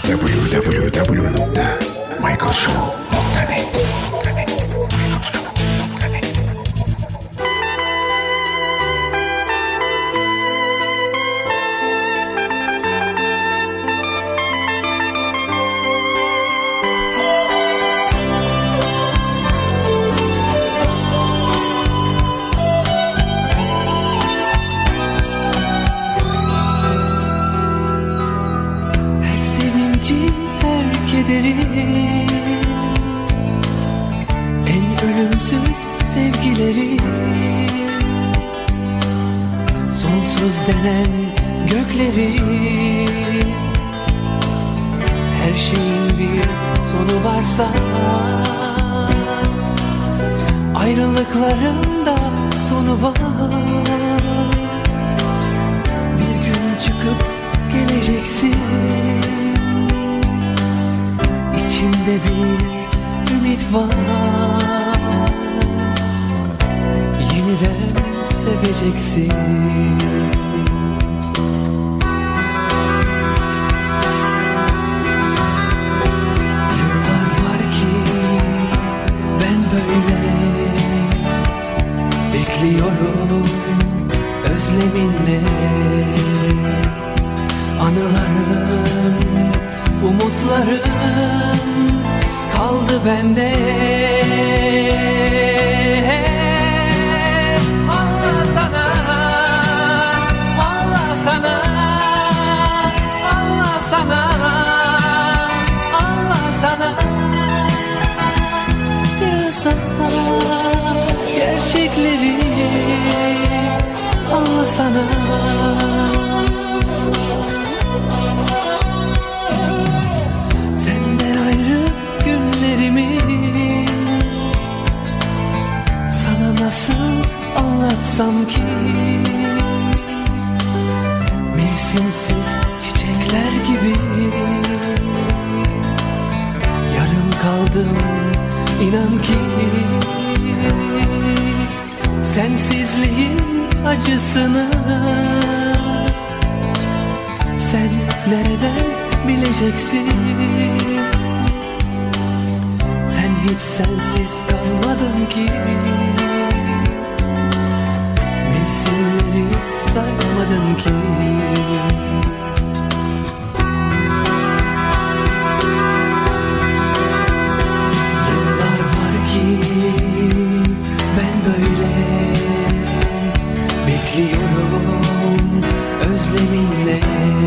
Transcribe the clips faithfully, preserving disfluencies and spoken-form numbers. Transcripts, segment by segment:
double-u double-u double-u nokta michael show nokta net En ölümsüz sevgileri, sonsuz denen gökleri, her şeyin bir sonu varsa, ayrılıkların da sonu var. Bir gün çıkıp geleceksin, İçimde bir ümit var, yeniden seveceksin. Yıllar var ki ben böyle bekliyorum özleminle, anılarım, umutlarım kaldı bende. Allah sana, Allah sana, Allah sana, Allah sana. Biraz daha gerçekleri Allah sana. Sana nasıl anlatsam ki, mevsimsiz çiçekler gibi yarım kaldım inan ki. Sensizliğin acısını sen nereden bileceksin? Hiç sensiz kalmadım ki, mevsimleri saymadım ki. Yıllar var ki ben böyle bekliyorum özleminle,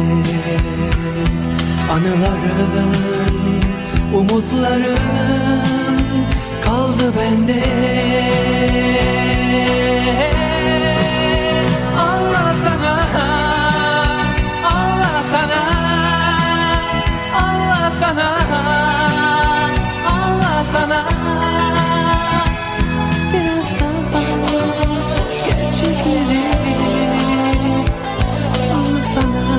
anılarım, umutlarım kaldı bende. Allah sana, Allah sana, Allah sana, Allah sana. Biraz daha gerçekleri Allah sana.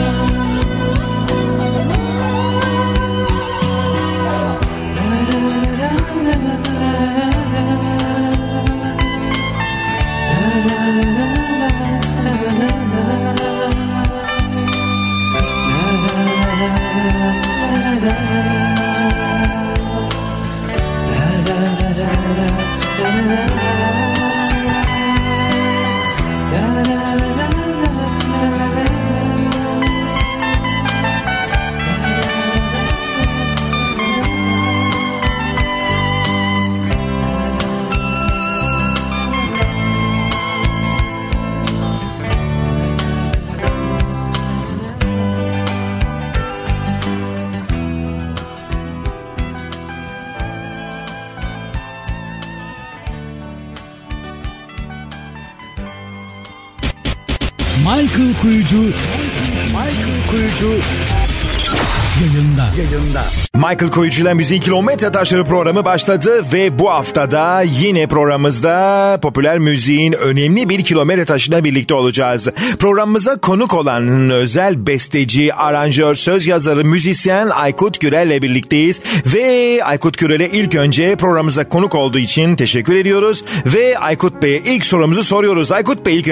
Michael Kuyucu Michael Kuyucu yayında. yayında. Michael Kuyucu ile Müziğin Kilometre Taşları programı başladı ve bu haftada yine programımızda popüler müziğin önemli bir kilometre taşına birlikte olacağız. Programımıza konuk olan özel besteci, aranjör, söz yazarı, müzisyen Aykut Gürel ile birlikteyiz ve Aykut Gürel'e ilk önce programımıza konuk olduğu için teşekkür ediyoruz ve Aykut Bey'e ilk sorumuzu soruyoruz. Aykut Bey, ilk önce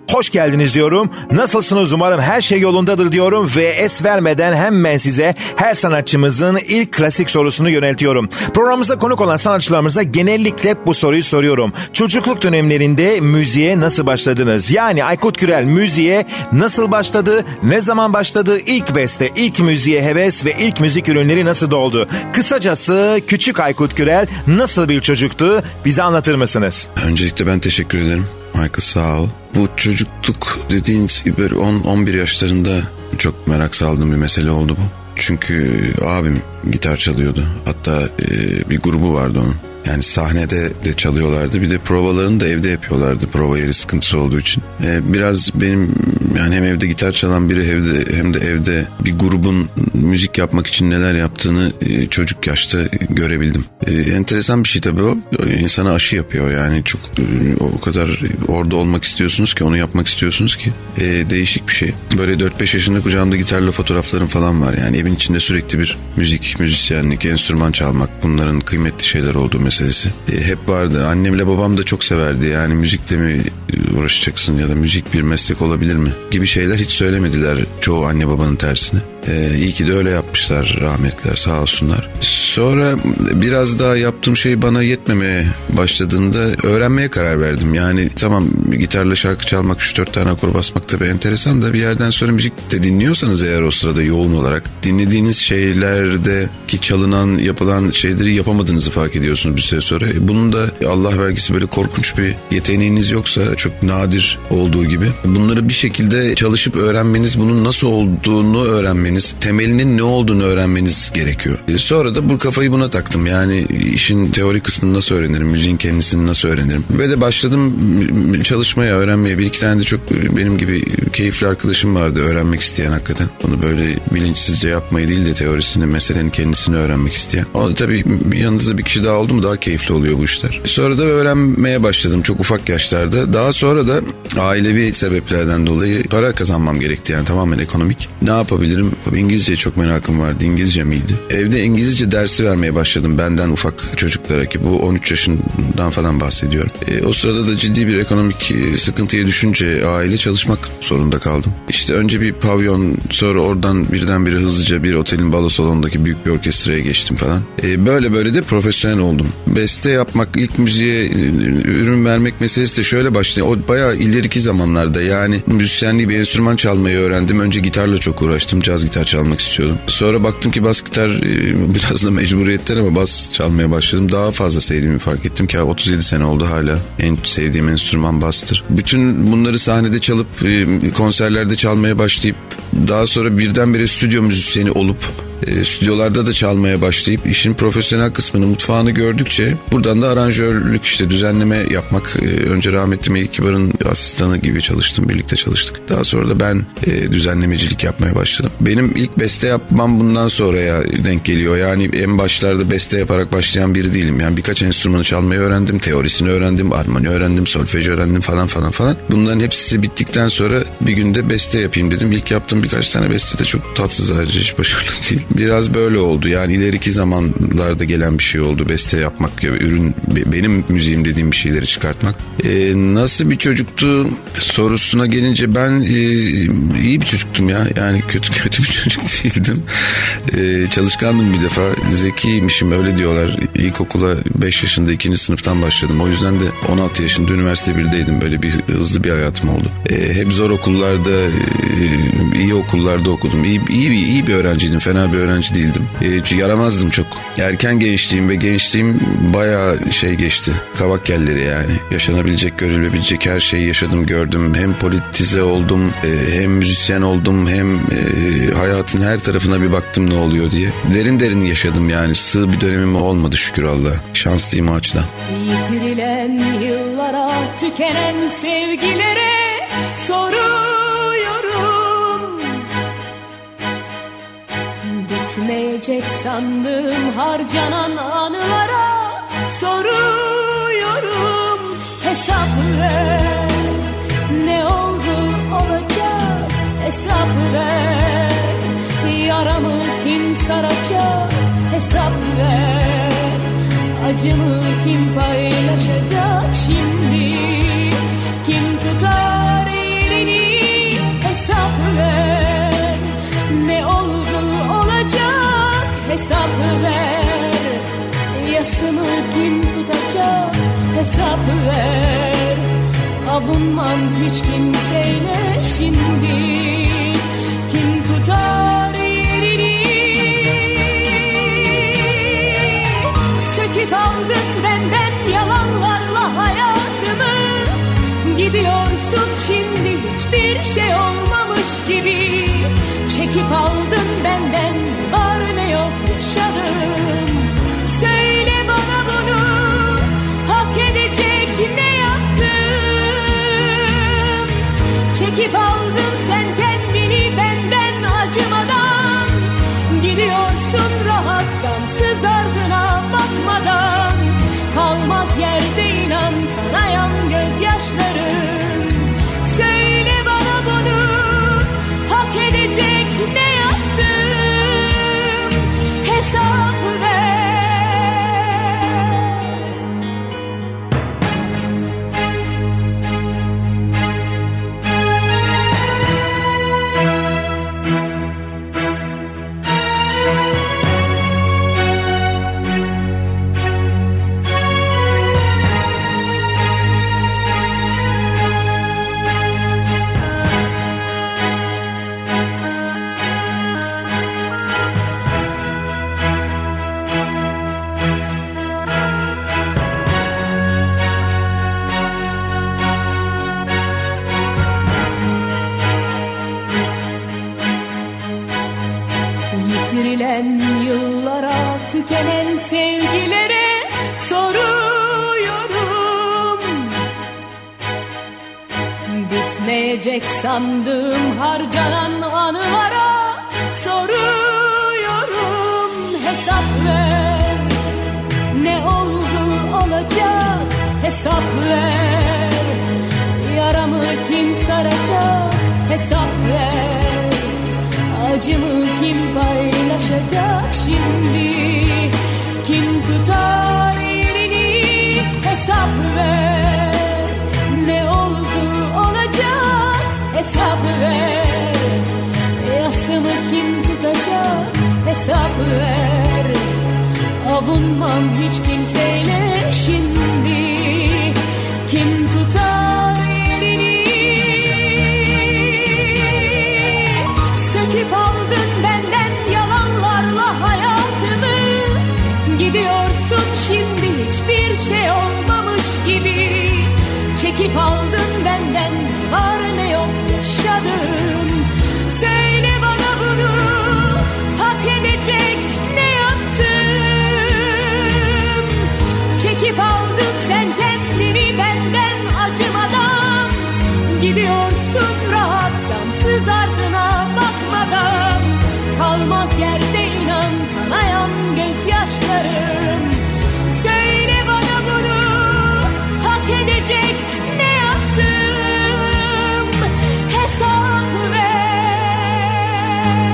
Hoş geldiniz diyorum. Nasılsınız, umarım her şey yolundadır diyorum ve es vermeden hemen size her sanatçımızın ilk klasik sorusunu yöneltiyorum. Programımıza konuk olan sanatçılarımıza genellikle bu soruyu soruyorum. Çocukluk dönemlerinde müziğe nasıl başladınız? Yani Aykut Gürel müziğe nasıl başladı? Ne zaman başladı? İlk beste, ilk müziğe heves ve ilk müzik ürünleri nasıl doğdu? Kısacası küçük Aykut Gürel nasıl bir çocuktu? Bize anlatır mısınız? Öncelikle ben teşekkür ederim. Michael, sağ ol. Bu çocukluk dediğiniz gibi on on bir yaşlarında çok merak saldığım bir mesele oldu bu. Çünkü abim gitar çalıyordu. Hatta e, bir grubu vardı onun. Yani sahnede de çalıyorlardı. Bir de provalarını da evde yapıyorlardı. Prova yeri sıkıntısı olduğu için. Ee, biraz benim yani hem evde gitar çalan biri evde, hem de evde bir grubun müzik yapmak için neler yaptığını e, çocuk yaşta görebildim. E, enteresan bir şey tabii o. İnsana aşı yapıyor yani. Çok e, o kadar orada olmak istiyorsunuz ki, onu yapmak istiyorsunuz ki. E, değişik bir şey. Böyle dört beş yaşında kucağımda gitarla fotoğraflarım falan var. Yani evin içinde sürekli bir müzik, müzisyenlik, enstrüman çalmak, bunların kıymetli şeyler olduğu mesela meselesi e, hep vardı. Annemle babam da çok severdi. Yani müzikle mi uğraşacaksın ya da müzik bir meslek olabilir mi gibi şeyler hiç söylemediler çoğu anne babanın tersine. Ee, iyi ki de öyle yapmışlar, rahmetler, sağ olsunlar. Sonra biraz daha yaptığım şey bana yetmemeye başladığında öğrenmeye karar verdim. Yani tamam, gitarla şarkı çalmak, üç dört tane akor basmak tabii enteresan da bir yerden sonra müzik de dinliyorsanız eğer o sırada yoğun olarak dinlediğiniz şeylerdeki çalınan, yapılan şeyleri yapamadığınızı fark ediyorsunuz bir süre sonra. Bunun da Allah vergisi böyle korkunç bir yeteneğiniz yoksa, çok nadir olduğu gibi, bunları bir şekilde çalışıp öğrenmeniz, bunun nasıl olduğunu öğrenmeniz, temelinin ne olduğunu öğrenmeniz gerekiyor. Sonra da bu kafayı buna taktım. Yani işin teori kısmını nasıl öğrenirim, müziğin kendisini nasıl öğrenirim. Ve de başladım çalışmaya, öğrenmeye. Bir iki tane de çok benim gibi keyifli arkadaşım vardı öğrenmek isteyen hakikaten. Bunu böyle bilinçsizce yapmayı değil de teorisini, meselenin kendisini öğrenmek isteyen. O tabii yanınızda bir kişi daha oldu mu daha keyifli oluyor bu işler. Sonra da öğrenmeye başladım çok ufak yaşlarda. Daha sonra da ailevi sebeplerden dolayı para kazanmam gerekti, yani tamamen ekonomik. Ne yapabilirim? Tabii İngilizceye çok merakım vardı. İngilizce miydi? Evde İngilizce dersi vermeye başladım benden ufak çocuklara, ki bu on üç yaşından falan bahsediyorum. E, o sırada da ciddi bir ekonomik sıkıntıya düşünce aile çalışmak zorunda kaldım. İşte önce bir pavyon, sonra oradan birdenbire hızlıca bir otelin balo salonundaki büyük bir orkestraya geçtim falan. E, böyle böyle de profesyonel oldum. Beste yapmak, ilk müziğe ürün vermek meselesi de şöyle başladı. O bayağı ileriki zamanlarda, yani müzisyenliği, bir enstrüman çalmayı öğrendim. Önce gitarla çok uğraştım. Caz gitar çalmak istiyordum. Sonra baktım ki bas gitar e, biraz da mecburiyetten ama bas çalmaya başladım. Daha fazla sevdiğimi fark ettim ki otuz yedi sene oldu, hala en sevdiğim enstrüman bastır. Bütün bunları sahnede çalıp e, konserlerde çalmaya başlayıp daha sonra birdenbire stüdyo müzisyeni olup E, stüdyolarda da çalmaya başlayıp işin profesyonel kısmını, mutfağını gördükçe buradan da aranjörlük, işte düzenleme yapmak. E, önce rahmetli Melik Kibar'ın asistanı gibi çalıştım, birlikte çalıştık. Daha sonra da ben e, düzenlemecilik yapmaya başladım. Benim ilk beste yapmam bundan sonraya denk geliyor. Yani en başlarda beste yaparak başlayan biri değilim. Yani birkaç enstrümanı çalmayı öğrendim, teorisini öğrendim, armoni öğrendim, solfej öğrendim falan falan falan. Bunların hepsi bittikten sonra bir günde beste yapayım dedim. İlk yaptığım birkaç tane beste de çok tatsız, ayrıca hiç başarılı değil. Biraz böyle oldu. Yani ileriki zamanlarda gelen bir şey oldu. Beste yapmak ya, ürün, benim müziğim dediğim bir şeyleri çıkartmak. Ee, nasıl bir çocuktu sorusuna gelince, ben e, iyi bir çocuktum ya. Yani kötü kötü bir çocuk değildim. Ee, çalışkandım bir defa. Zekiymişim öyle diyorlar. İlkokula beş yaşında ikinci sınıftan başladım. O yüzden de on altı yaşında üniversite birdeydim. Böyle bir hızlı bir hayatım oldu. Ee, hep zor okullarda, e, iyi okullarda okudum. İyi, iyi, bir, iyi bir öğrenciydim. Fena bir öğrenci değildim. E, yaramazdım çok. Erken gençliğim ve gençliğim bayağı şey geçti. Kavak yerleri yani. Yaşanabilecek, görülebilecek her şeyi yaşadım, gördüm. Hem politize oldum, e, hem müzisyen oldum, hem e, hayatın her tarafına bir baktım ne oluyor diye. Derin derin yaşadım yani. Sığ bir dönemim olmadı şükür Allah'a. Şanslıyım o açıdan. Yitirilen yıllara, tükenen sevgilere soruyorum. Bitmeyecek sandığım harcanan anılara soruyorum. Hesap ver, ne oldu olacak, hesap ver. Yaramı kim saracak, hesap ver. Acımı kim paylaşacak şimdi, kim tutar Yasımı kim tutacak hesap ver. Avunmam hiç kimseyle şimdi. Kim tutar yerini? Söküp aldın benden yalanlarla hayatımı. Gidiyorsun şimdi hiçbir şey olmamış gibi. Çekip aldın benden var ne yok yaşadım. Söyle bana bunu hak edecek ne yaptım? Çekip aldın sen kendini benden acımadan. Gidiyorsun rahat gamsız ardına bakmadan. Kalmaz yerde inan kanayan gözyaşlarım. Söyle bana bunu hak edecek ne yaptım? Hesap ver. Yitirilen yıllara, tükenen sevgilere soruyorum. Bitmeyecek sandığım harcanan anılara soruyorum. Hesap ver, ne oldu olacak hesap ver. Yaramı kim saracak hesap ver. Acımı kim paylaşacak şimdi? Kim tutar yerini? Hesap ver. Ne oldu olacak? Hesap ver. Yasımı kim tutacak? Hesap ver. Avunmam hiç kimseyle şimdi. Kim tutar yerini? Söküp aldın benden yalanlarla hayatımı. Gidiyorsun şimdi hiçbir şey olmamış gibi. Çekip aldın benden var ne yok yaşadım. Söyle bana bunu hak edecek ne yaptım? Çekip aldın sen kendini benden acımadan. Gidiyorsun rahat gamsız ardına bakmadan. Kalmaz yerde inan kanayan gözyaşlarım. Söyle bana bunu hak edecek ne yaptım? Hesap ver.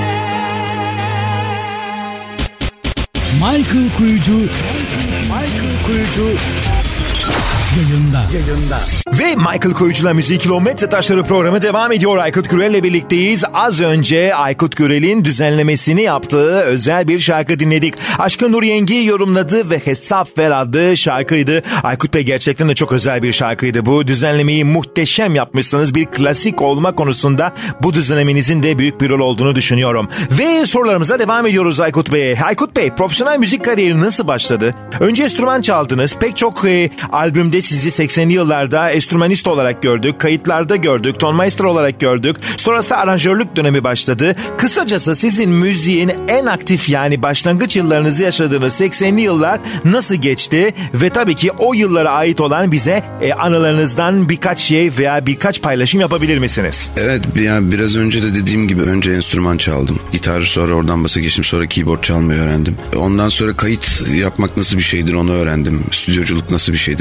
Michael Kuyucu Michael Kuyucu yayında. yayında. Ve Michael Kuyucu'la Müzik Kilometre Taşları programı devam ediyor. Aykut Gürel'le birlikteyiz. Az önce Aykut Gürel'in düzenlemesini yaptığı özel bir şarkı dinledik. Aşkın Nur Yengi yorumladı ve Hesap Ver adlı şarkıydı. Aykut Bey, gerçekten de çok özel bir şarkıydı bu. Düzenlemeyi muhteşem yapmışsınız. Bir klasik olma konusunda bu düzenlemenizin de büyük bir rol olduğunu düşünüyorum. Ve sorularımıza devam ediyoruz Aykut Bey. Aykut Bey, profesyonel müzik kariyeri nasıl başladı? Önce enstrüman çaldınız. Pek çok e, albümde sizi seksenli yıllarda enstrümanist olarak gördük. Kayıtlarda gördük. Tonmeister olarak gördük. Sonrasında aranjörlük dönemi başladı. Kısacası sizin müziğin en aktif, yani başlangıç yıllarınızı yaşadığınız seksenli yıllar nasıl geçti? Ve tabii ki o yıllara ait olan bize e, anılarınızdan birkaç şey veya birkaç paylaşım yapabilir misiniz? Evet, yani biraz önce de dediğim gibi önce enstrüman çaldım. Gitar, sonra oradan basa geçtim, sonra keyboard çalmayı öğrendim. Ondan sonra kayıt yapmak nasıl bir şeydir onu öğrendim. Stüdyoculuk nasıl bir şeydir, mikser nasıl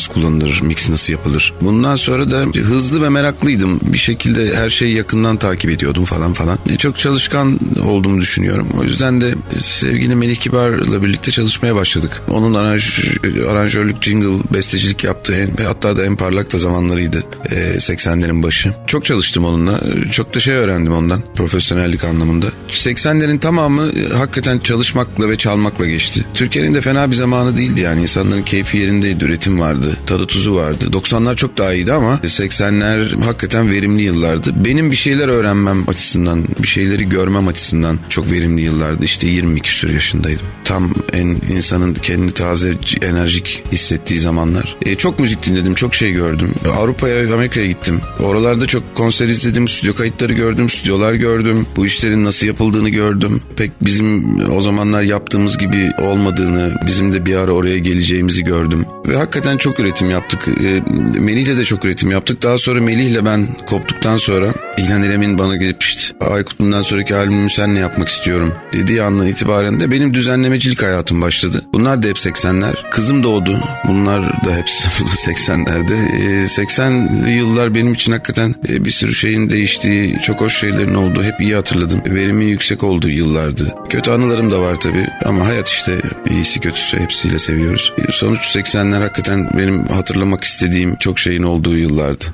nasıl kullanılır, mix nasıl yapılır. Bundan sonra da hızlı ve meraklıydım. Bir şekilde her şeyi yakından takip ediyordum falan falan. Çok çalışkan olduğumu düşünüyorum. O yüzden de sevgili Melih Kibar'la birlikte çalışmaya başladık. Onun aranj, aranjörlük, jingle, bestecilik yaptığı en, ve hatta da en parlak da zamanlarıydı. E, seksenlerin başı. Çok çalıştım onunla. Çok da şey öğrendim ondan. Profesyonellik anlamında. seksenlerin tamamı hakikaten çalışmakla ve çalmakla geçti. Türkiye'nin de fena bir zamanı değildi yani. İnsanların keyfi yerindeydi. Üretim vardı. Tadı tuzu vardı. doksanlar çok daha iyiydi ama seksenler hakikaten verimli yıllardı. Benim bir şeyler öğrenmem açısından, bir şeyleri görmem açısından çok verimli yıllardı. İşte yirmi küsur yaşındaydım. Tam en insanın kendini taze, enerjik hissettiği zamanlar. E, çok müzik dinledim, çok şey gördüm. Avrupa'ya, Amerika'ya gittim. Oralarda çok konser izledim, stüdyo kayıtları gördüm, stüdyolar gördüm. Bu işlerin nasıl yapıldığını gördüm. Pek bizim o zamanlar yaptığımız gibi olmadığını, bizim de bir ara oraya geleceğimizi gördüm. Ve hakikaten çok üretim yaptık. E, Melih'le de çok üretim yaptık. Daha sonra Melih'le ben koptuktan sonra İlhan İrem'in bana gelip işte Aykut bundan sonraki albümümü seninle yapmak istiyorum dediği andan itibaren de benim düzenlemecilik hayatım başladı. Bunlar da hep seksenler. Kızım doğdu. Bunlar da hepsi seksenlerde. E, seksenli yıllar benim için hakikaten e, bir sürü şeyin değiştiği, çok hoş şeylerin olduğu, hep iyi hatırladım. Verimin yüksek olduğu yıllardı. Kötü anılarım da var tabii ama hayat işte iyisi kötüsü hepsiyle seviyoruz. Sonuç seksenler hakikaten benim hatırlamak istediğim çok şeyin olduğu yıllardı.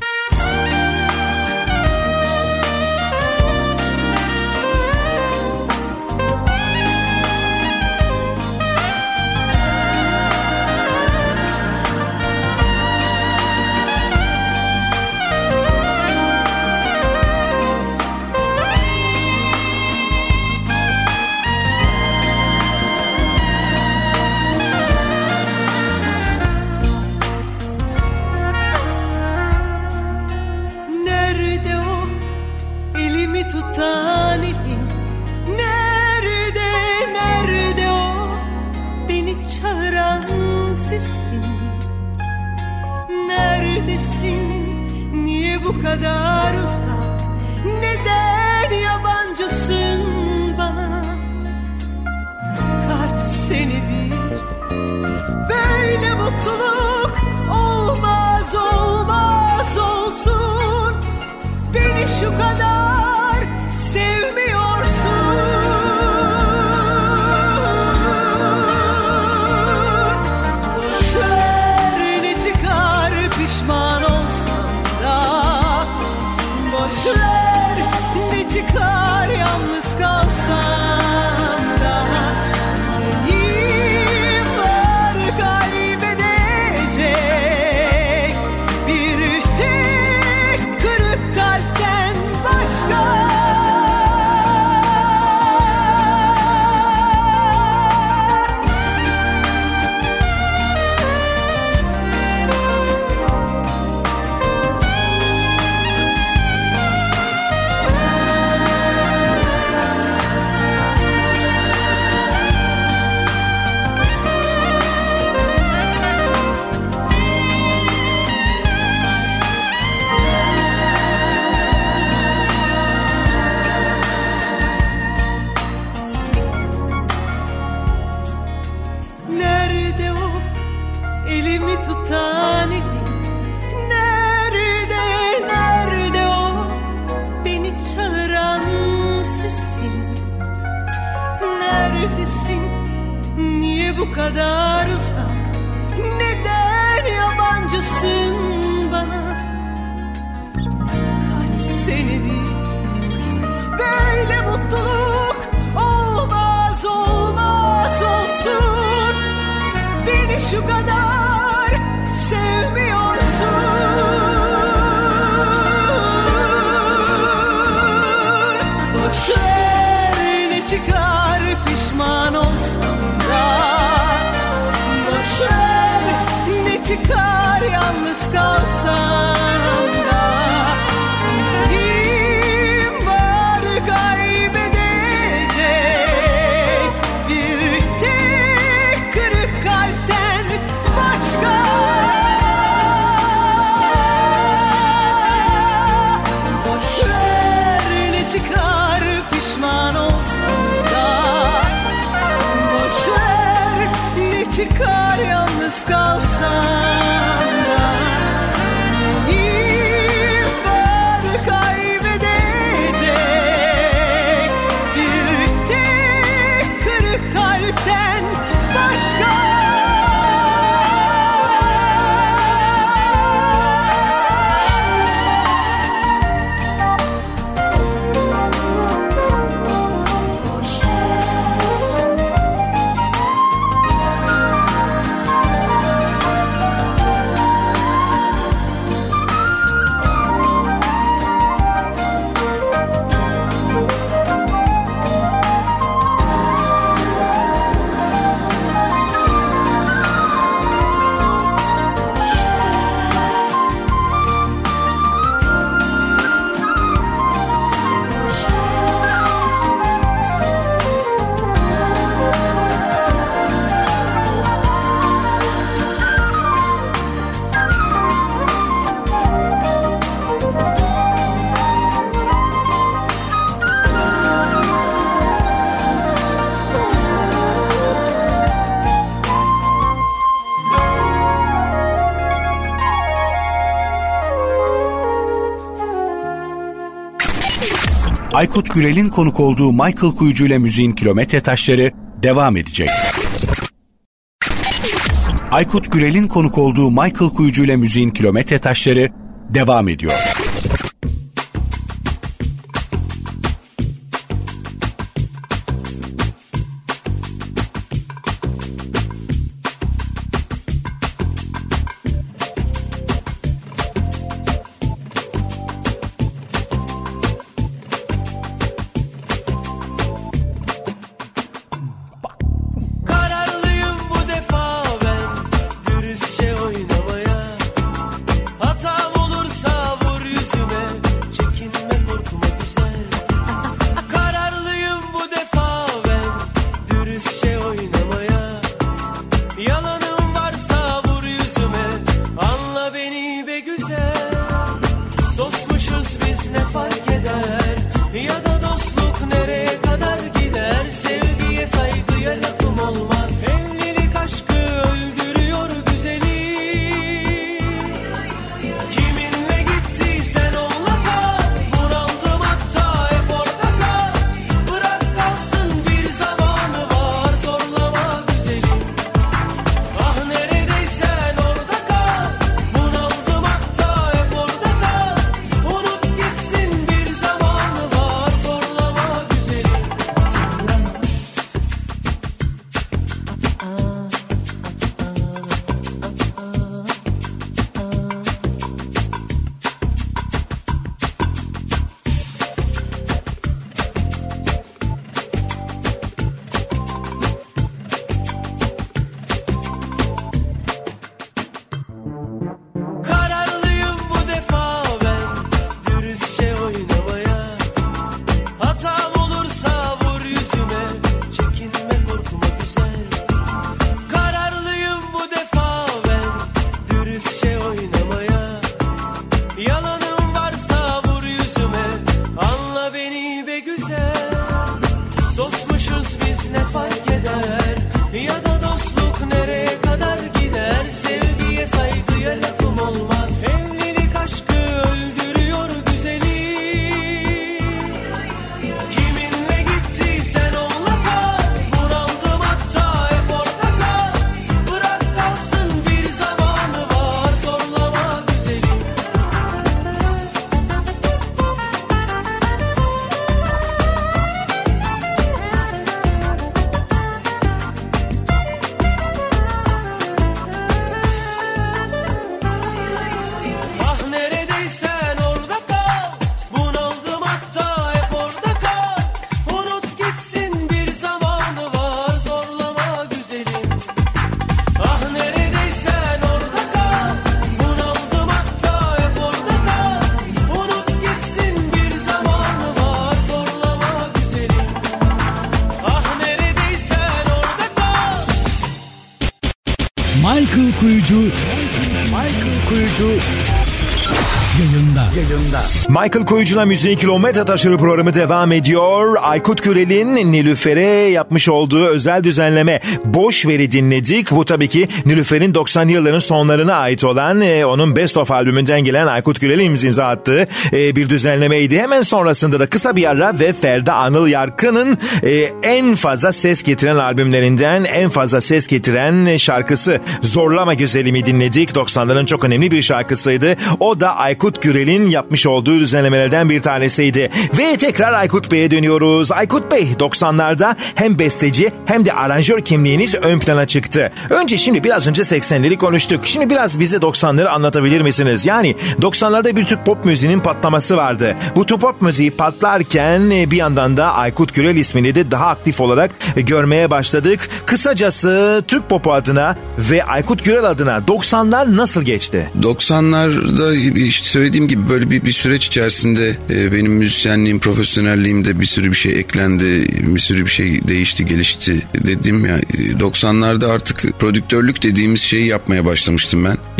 Çıkar yalnız kalsam Aykut Gürel'in konuk olduğu Michael Kuyucu ile Müziğin Kilometre Taşları devam edecek. Aykut Gürel'in konuk olduğu Michael Kuyucu ile Müziğin Kilometre Taşları devam ediyor. Michael Kuyucu Michael Kuyucu yayında. yayında. Michael Kuyucu'la Müziğin Kilometre Taşları programı devam ediyor. Aykut Gürel'in Nilüfer'e yapmış olduğu özel düzenleme Boş Ver'i dinledik. Bu tabii ki Nilüfer'in doksanlı yılların sonlarına ait olan e, onun Best Of albümünden gelen Aykut Gürel'in imza attığı e, bir düzenlemeydi. Hemen sonrasında da kısa bir ara ve Ferda Anıl Yarkın'ın e, en fazla ses getiren albümlerinden en fazla ses getiren şarkısı Zorlama Güzelimi dinledik. doksanların çok önemli bir şarkısıydı. O da Aykut Gürel'in yapmış olduğu düzenlemelerden bir tanesiydi. Ve tekrar Aykut Bey'e dönüyoruz. Aykut Bey doksanlarda hem besteci hem de aranjör kimliğiniz ön plana çıktı. Önce şimdi biraz önce seksenleri konuştuk. Şimdi biraz bize doksanları anlatabilir misiniz? Yani doksanlarda bir Türk pop müziğinin patlaması vardı. Bu Türk pop müziği patlarken bir yandan da Aykut Gürel ismini de daha aktif olarak görmeye başladık. Kısacası Türk popu adına ve Aykut Gürel adına doksanlar nasıl geçti? doksanlarda işte söylediğim gibi böyle bir, bir süreç içerisinde e, benim müzisyenliğim, profesyonelliğimde bir sürü bir şey eklendi, bir sürü bir şey değişti, gelişti dedim ya. doksanlarda artık prodüktörlük dediğimiz şeyi yapmaya başlamıştım ben.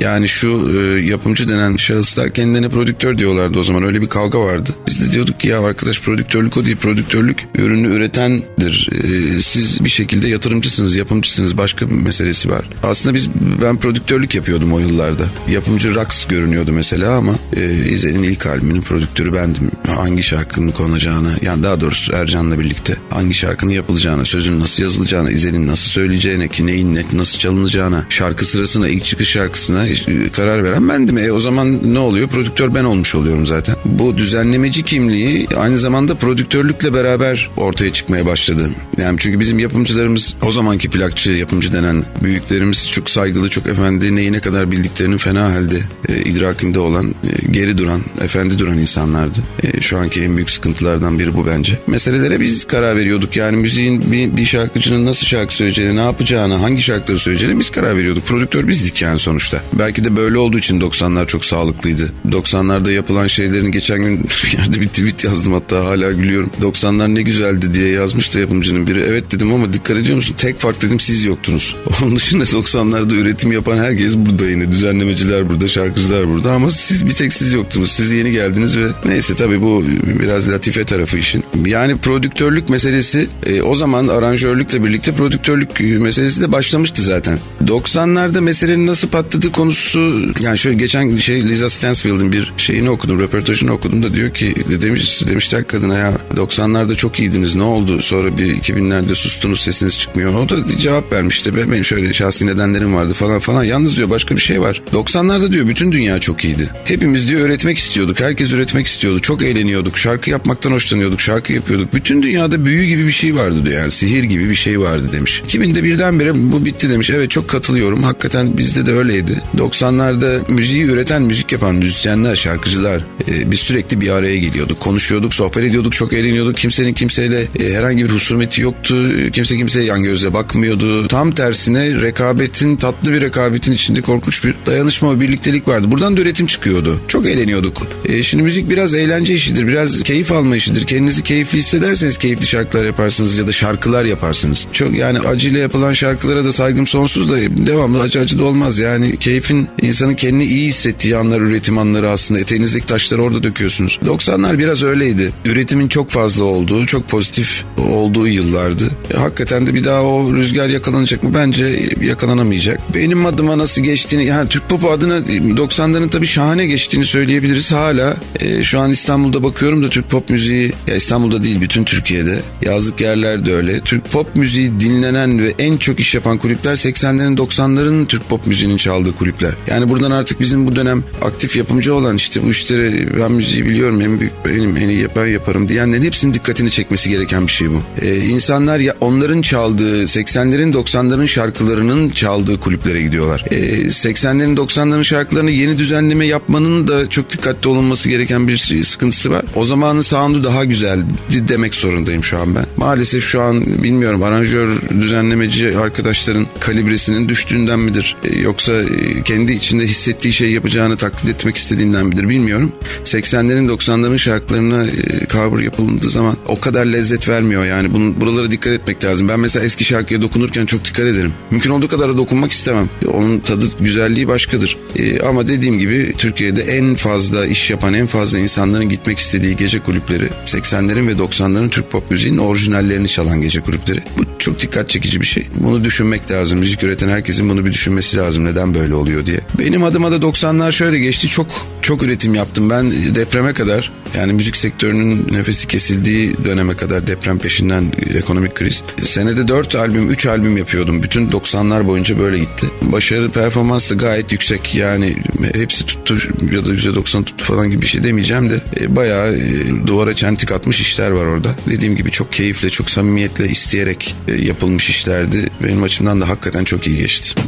Yani şu e, yapımcı denen şahıslar kendilerine prodüktör diyorlardı o zaman. Öyle bir kavga vardı. Biz de diyorduk ki ya arkadaş prodüktörlük o değil. Prodüktörlük ürünü üretendir. E, siz bir şekilde yatırımcısınız, yapımcısınız. Başka bir meselesi var. Aslında biz ben prodüktörlük yapıyordum o yıllarda. Yapımcı Rax görünüyordu mesela ama e, İzel'in ilk albümünün prodüktörü bendim. Hangi şarkının konacağını, yani daha doğrusu Ercan'la birlikte hangi şarkının yapılacağını, sözün nasıl yazılacağını, İzel'in nasıl söyleyeceğine, ki neyin ne, nasıl çalınacağına, şarkı sırasına, ilk çıkış şarkısına karar veren bendim. E o zaman ne oluyor? Prodüktör ben olmuş oluyorum zaten. Bu düzenlemeci kimliği aynı zamanda prodüktörlükle beraber ortaya çıkmaya başladı. Yani çünkü bizim yapımcılarımız, o zamanki plakçı yapımcı denen büyüklerimiz çok saygılı, çok efendi, neyi ne kadar bildiklerinin fena halde e, idrakinde olan, e, geri duran, efendi duran insanlardı. E, şu anki en büyük sıkıntılardan biri bu bence. Meselelere biz karar veriyorduk. Yani müziğin bir, bir şarkıcının nasıl şarkı söyleyeceğini, ne yapacağını, hangi şarkıları söyleyeceğini biz karar veriyorduk. Prodüktör bizdik yani sonuçta. Belki de böyle olduğu için doksanlar çok sağlıklıydı. doksanlarda yapılan şeylerin, geçen gün bir yerde bir tweet yazdım, hatta hala gülüyorum. doksanlar ne güzeldi diye yazmış da yapımcının biri. Evet dedim ama dikkat ediyor musun? Tek fark dedim, siz yoktunuz. Onun dışında doksanlarda üretim yapan herkes burada yine. Düzenlemeciler burada, şarkıcılar burada ama siz, bir tek siz yoktunuz. Siz yeni geldiniz ve neyse tabii bu biraz latife tarafı işin. Yani prodüktörlük meselesi e, o zaman aranjörlükle birlikte prodüktörlük meselesi de başlamıştı zaten. doksanlarda meselenin nasıl patladığı konusu, yani şöyle geçen şey Lisa Stansfield'in bir şeyini okudum, röportajını okudum da diyor ki demiş, demişler kadına ya doksanlarda çok iyiydiniz, ne oldu sonra bir iki binlerde sustunuz, sesiniz çıkmıyor. O da cevap vermişti, benim şöyle şahsi nedenlerim vardı falan falan. Yalnız diyor başka bir şey var. doksanlarda diyor bütün dünya çok iyiydi. Hepimiz diyor üretmek istiyorduk, herkes üretmek istiyordu, çok eğleniyorduk, şarkı yapmaktan hoşlanıyorduk, şarkı yapıyorduk. Bütün dünyada büyü gibi bir şey vardı diyor, yani sihir gibi bir şey vardı demiş. iki binde birdenbire bu bitti demiş. Evet, çok katılıyorum. Hakikaten bizde de öyleydi. doksanlarda müziği üreten, müzik yapan müzisyenler, şarkıcılar e, biz sürekli bir araya geliyorduk. Konuşuyorduk, sohbet ediyorduk, çok eğleniyorduk. Kimsenin kimseyle e, herhangi bir husumeti yoktu. Kimse kimseye yan gözle bakmıyordu. Tam tersine rekabetin, tatlı bir rekabetin içinde korkunç bir dayanışma ve birliktelik vardı. Buradan da üretim çıkıyordu. Çok eğleniyorduk. E, şimdi müzik biraz eğlence işidir. Biraz keyif alma işidir. Kendinizi keyifli hissederseniz keyifli şarkılar yaparsınız ya da şarkılar yaparsınız. Çok yani acıyla yapılan şarkılara da saygım sonsuz da devamlı acı acı da olmaz. Yani keyfin, insanın kendini iyi hissettiği anlar, üretim anları aslında. Eteğinizdeki taşları orada döküyorsunuz. doksanlar biraz öyleydi. Üretimin çok fazla olduğu, çok pozitif olduğu yıllardı. E, hakikaten de bir daha o rüzgar yakalanacak mı? Bence yakalanamayacak. Benim adıma nasıl geçtiğini, yani Türk Pop'u adına doksanların tabii şahane geçtiğini söyleyebiliriz. Hala e, şu an İstanbul'da bakıyorum da Türk Pop müziği, ya İstanbul'da değil bütün Türkiye'de, yazlık yerlerde öyle. Türk Pop müziği dinlenen ve en çok iş yapan kulüpler seksenlerin doksanların Türk Pop müziğinin çaldığı kulüpler. Yani buradan artık bizim bu dönem aktif yapımcı olan, işte bu işleri ben müziği biliyorum, en büyük benim, en iyi ben yaparım diyenlerin hepsinin dikkatini çekmesi gereken bir şey bu. Ee, insanlar ya onların çaldığı seksenlerin doksanların şarkılarının çaldığı kulüplere gidiyorlar. Ee, seksenlerin doksanların şarkılarını yeni düzenleme yapmanın da çok dikkatli olunması gereken bir sıkıntısı var. O zamanın sound'u daha güzeldi demek zorundayım şu an ben. Maalesef şu an bilmiyorum, aranjör, düzenlemeci arkadaşların kalibresinin düştüğünden midir? Ee, yoksa kendi içinde hissettiği şeyi yapacağını taklit etmek istediğinden midir bilmiyorum. seksenlerin doksanların şarkılarına e, cover yapıldığı zaman o kadar lezzet vermiyor yani. Bunun, buralara dikkat etmek lazım. Ben mesela eski şarkıya dokunurken çok dikkat ederim. Mümkün olduğu kadar da dokunmak istemem. Onun tadı, güzelliği başkadır. E, ama dediğim gibi Türkiye'de en fazla iş yapan, en fazla insanların gitmek istediği gece kulüpleri seksenlerin ve doksanların Türk pop müziğinin orijinallerini çalan gece kulüpleri. Bu çok dikkat çekici bir şey. Bunu düşünmek lazım. Müzik üreten herkesin bunu bir düşünmesi lazım. Neden böyle oluyor diye. Benim adıma da doksanlar şöyle geçti. Çok çok üretim yaptım. Ben depreme kadar, yani müzik sektörünün nefesi kesildiği döneme kadar, deprem peşinden ekonomik kriz, senede dört albüm, üç albüm yapıyordum. Bütün doksanlar boyunca böyle gitti. Başarı performans da gayet yüksek. Yani hepsi tuttu ya da yüzde doksan tuttu falan gibi bir şey demeyeceğim de e, bayağı e, duvara çentik atmış işler var orada. Dediğim gibi çok keyifle, çok samimiyetle, isteyerek e, yapılmış işlerdi. Benim açımdan da hakikaten çok iyi geçti.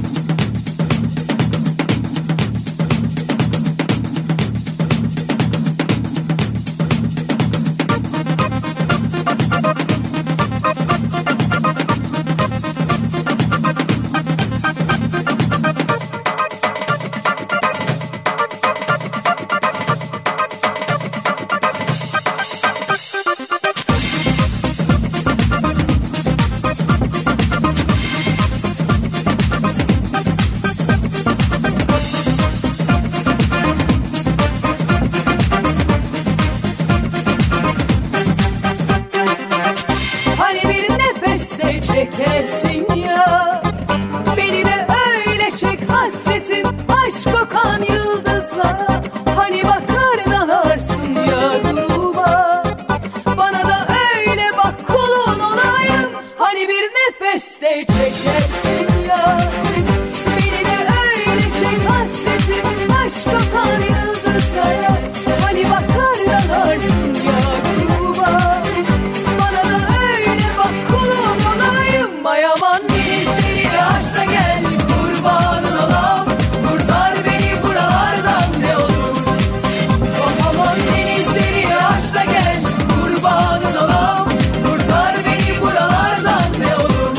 çekersin ya. Beni de öyle çek hasretim, aşk kokan yıldızlara. Hani bakar dalarsın ya gruba. Bana da öyle bak, kulun olayım. Hani bir nefeste çekersin ya. Beni de öyle çek hasretim, aşk kokan yıldızlara. Hani bakar dalarsın ya gruba. Bana da öyle bak, kulun olayım. Ay aman denizleri aşla gel, kurbanın olam. Kurtar beni buralardan ne olur. Oh aman denizleri aşla gel, kurbanın olam. Kurtar beni buralardan ne olur.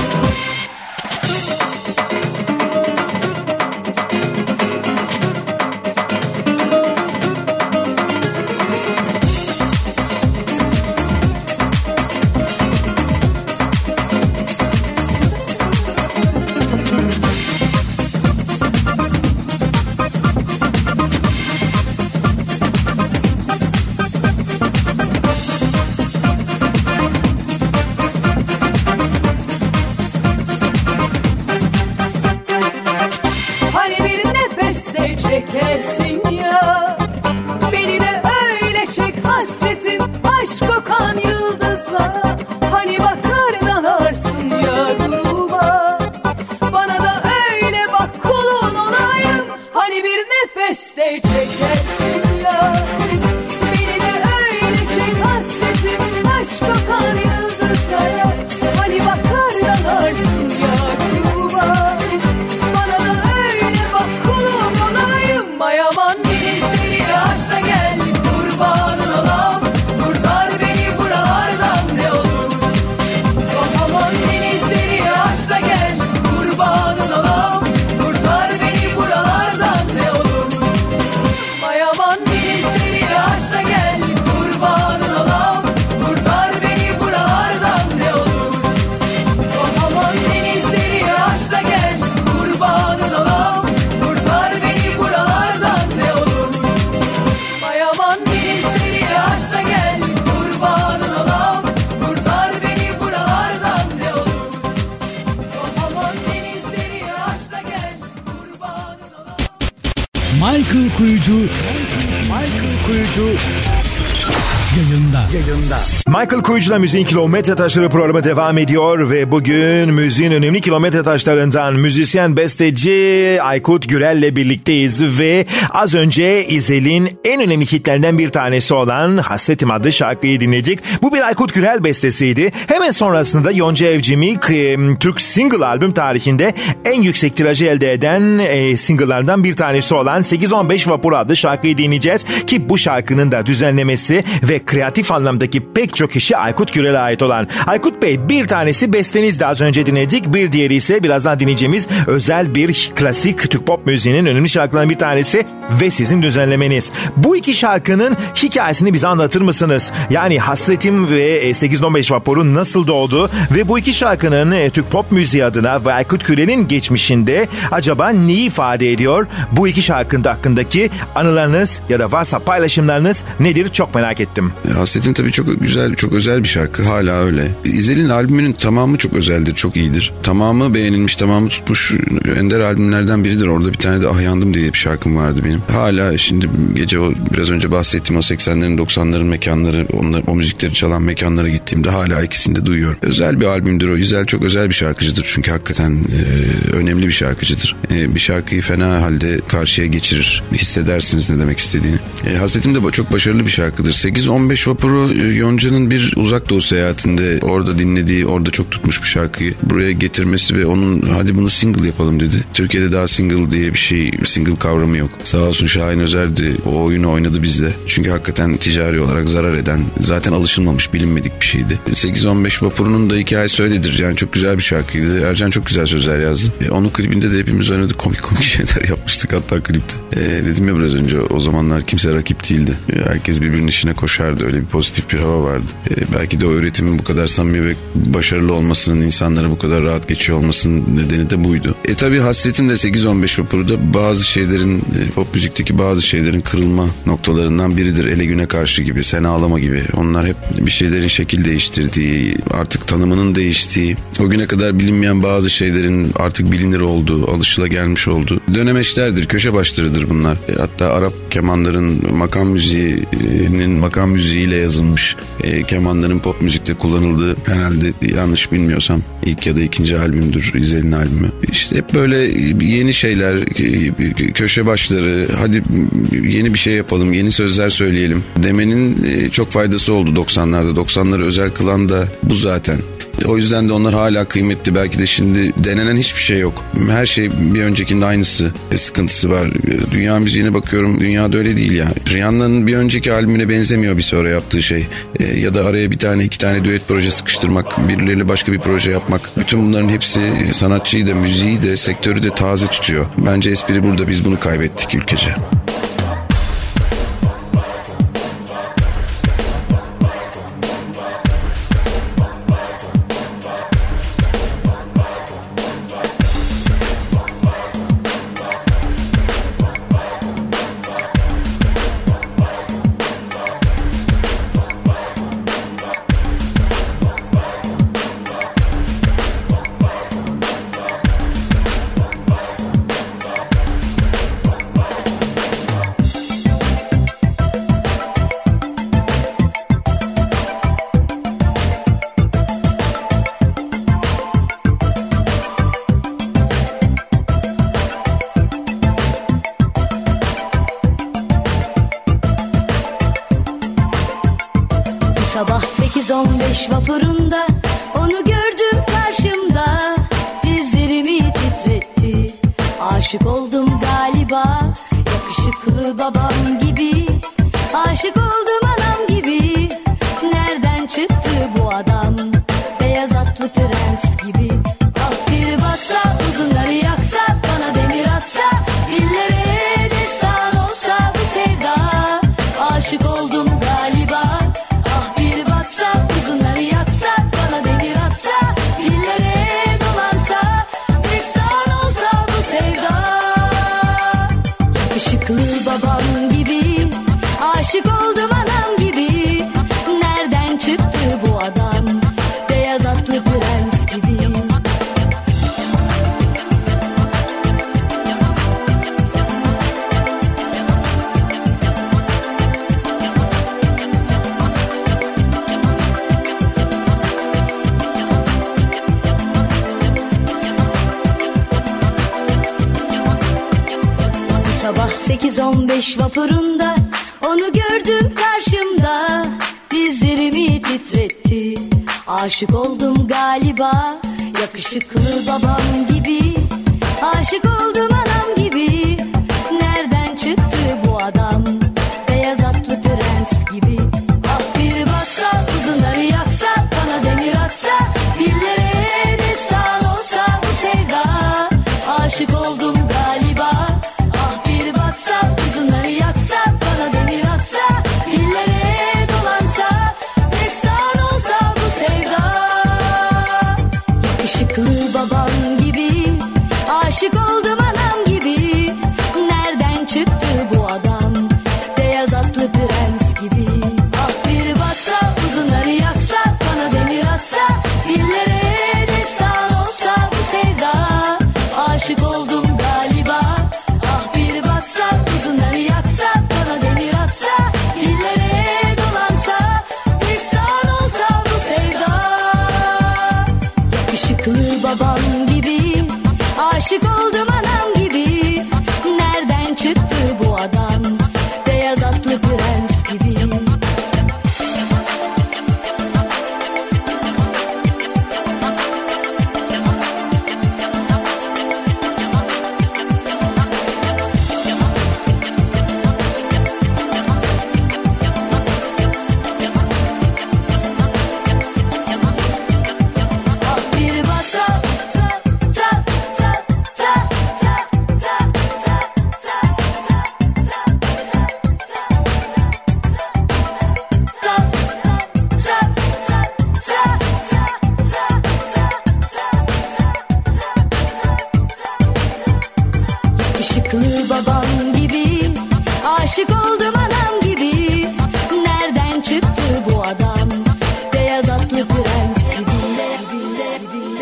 Hani bir nefeste çekersin ya. Beni de öyle çek hasretim, aşk kokan yıldızlara. Hani bakar dalarsın ya gruba. Bana da öyle bak, kulun olayım. Hani bir nefeste çekersin ya. Beni de öyle çek hasretim, aşk kokan yıldızlara. Hani bakar dalarsın ya gruba. Bana da öyle bak, kulun olayım. Ay aman denizleri aşla gel, kurbanın olam. Kurtar beni buralardan ne olur. Oh aman denizleri aşla gel, kurbanın olam. Kurtar beni buralardan ne olur. Ay aman denizleri aşla gel, kurbanın olam. Kurtar beni buralardan ne olur. Oh aman denizleri aşla gel, kurbanın olam. Kurtar beni buralardan ne olur. Ay aman denizleri aşla gel, kurbanın olam. Kurtar beni buralardan ne olur. Oh aman denizleri aşla gel, kurbanın olam. Michael Kuyucu Michael Kuyucu yayında. Yayında. Michael Kuyucu'la Müziğin Kilometre Taşları programı devam ediyor ve bugün müziğin önemli kilometre taşlarından müzisyen besteci Aykut Gürel'le birlikteyiz ve az önce İzel'in en önemli hitlerinden bir tanesi olan Hasretim adlı şarkıyı dinledik. Bu bir Aykut Gürel bestesiydi. Hemen sonrasında Yonca Evcimik Türk single albüm tarihinde en yüksek tirajı elde eden e, single'lardan bir tanesi olan sekiz on beş Vapur adlı şarkıyı dinleyeceğiz ki bu şarkının da düzenlemesi ve kreatif anlamdaki pek çok işi Aykut Gürel'e ait olan. Aykut Bey, bir tanesi besteniz de az önce dinledik, bir diğeri ise birazdan dinleyeceğimiz özel bir klasik Türk pop müziğinin önemli şarkılarından bir tanesi ve sizin düzenlemeniz. Bu iki şarkının hikayesini bize anlatır mısınız? Yani Hasretim ve sekiz on beş Vapur'un nasıl doğdu ve bu iki şarkının Türk pop müziği adına ve Aykut Gürel'in geçmişinde acaba neyi ifade ediyor? Bu iki şarkının hakkındaki anılarınız ya da varsa paylaşımlarınız nedir? Çok merak ettim. Hasretim tabii çok güzel, çok özel bir şarkı. Hala öyle. İzel'in albümünün tamamı çok özeldir, çok iyidir. Tamamı beğenilmiş, tamamı tutmuş ender albümlerden biridir. Orada bir tane de Ah Yandım diye bir şarkım vardı benim. Hala şimdi gece o biraz önce bahsettiğim o seksenlerin doksanların mekanları, onlar, o müzikleri çalan mekanlara gittiğimde hala ikisini de duyuyorum. Özel bir albümdür o. İzel çok özel bir şarkıcıdır. Çünkü hakikaten e, önemli bir şarkıcıdır. E, bir şarkıyı fena halde karşıya geçirir. Hissedersiniz ne demek istediğini. E, Hasretim de çok başarılı bir şarkıdır. sekiz on beş Vapuru Yonca'nın bir uzak doğu seyahatinde orada dinlediği, orada çok tutmuş bir şarkıyı buraya getirmesi ve onun hadi bunu single yapalım dedi. Türkiye'de daha single diye bir şey, single kavramı yok. Sağ olsun Şahin Özer'di, o oyunu oynadı bizde. Çünkü hakikaten ticari olarak zarar eden, zaten alışılmamış, bilinmedik bir şeydi. sekiz on beş Vapuru'nun da hikayesi öyledir. Yani çok güzel bir şarkıydı. Ercan çok güzel sözler yazdı. E, onun klibinde de hepimiz oynadık, komik komik şeyler yapmıştık hatta klipte. E, dedim ya biraz önce, o zamanlar kimse rakip değildi. E, herkes birbirinin işine koşardı. Öyle bir pozitif bir hava vardı. E, belki de o üretimin bu kadar samimi ve başarılı olmasının, insanlara bu kadar rahat geçiyor olmasının nedeni de buydu. E tabii hasretim de sekiz on beş vapurda bazı şeylerin, pop müzikteki bazı şeylerin kırılma noktalarından biridir. Ele Güne Karşı gibi, Sen Ağlama gibi. Onlar hep bir şeylerin şekil değiştirdiği, artık tanımının değiştiği, o güne kadar bilinmeyen bazı şeylerin artık bilinir olduğu, alışılagelmiş olduğu dönemeçlerdir, köşe başlarıdır bunlar. E, hatta Arap kemanların makam müziğinin makam müziğiyle yazılmış e, kemanların pop müzikte kullanıldığı, herhalde yanlış bilmiyorsam ilk ya da ikinci albümdür, İzel'in albümü. İşte hep böyle yeni şeyler, köşe başları, hadi yeni bir şey yapalım, yeni sözler söyleyelim demenin çok faydası oldu doksanlarda. doksanları özel kılan da bu zaten. O yüzden de onlar hala kıymetli. Belki de şimdi denenen hiçbir şey yok. Her şey bir öncekinin aynısı. E, sıkıntısı var. Dünya müziğine bakıyorum. Dünyada öyle değil ya. Rihanna'nın bir önceki albümüne benzemiyor bir sonra yaptığı şey. E, ya da araya bir tane iki tane düet proje sıkıştırmak. Birileriyle başka bir proje yapmak. Bütün bunların hepsi sanatçıyı da müziği de sektörü de taze tutuyor. Bence espri burada, biz bunu kaybettik ülkece. Sabah sekiz on beş vapurunda onu gördüm karşımda, dizlerimi titretti, aşık oldum galiba. Yakışıklı babam gibi, aşık oldum anam gibi. Nereden çıktı bu adam, beyaz atlı prens gibi. Ah bir bassa, uzunları yaksa, bana demir atsa, dillere destan olsa bu sevda. Aşık oldum galiba. Uzunları yaksa, bana demir atsa, dillere dolansa, destan olsa bu sevda. Yakışıklı babam gibi, aşık oldum anam gibi. Nereden çıktı bu adam, beyaz atlı prens gibi. Sabah sekiz on beş vapurunda onu gördüm karşımda, dizlerimi titretti, aşık oldum galiba. Yakışıklı babam gibi, aşık oldum anam gibi. Nereden çıktı bu adam, beyaz atlı prens gibi. Ah bir bassa, uzunları yaksa, bana demir atsa, dillere destan olsa bu sevda. Aşık oldum galiba. Uzunları yaksa, bana demir atsa, dillere dolansa, destan olsa bu sevda. Yakışıklı babam gibi, aşık oldum anam gibi. Nereden çıktı bu adam, beyaz atlı prens gibi. Ah bir bassa, uzunları yaksa, bana demir atsa, dillere destan olsa bu sevda. Aşık oldum galiba. Uzunları yaksa, bana demir atsa, dillere dolansa, destan olsa bu sevda. Yakışıklı babam gibi, aşık oldum anam gibi. Nereden çıktı bu adam, beyaz atlı prens gibi.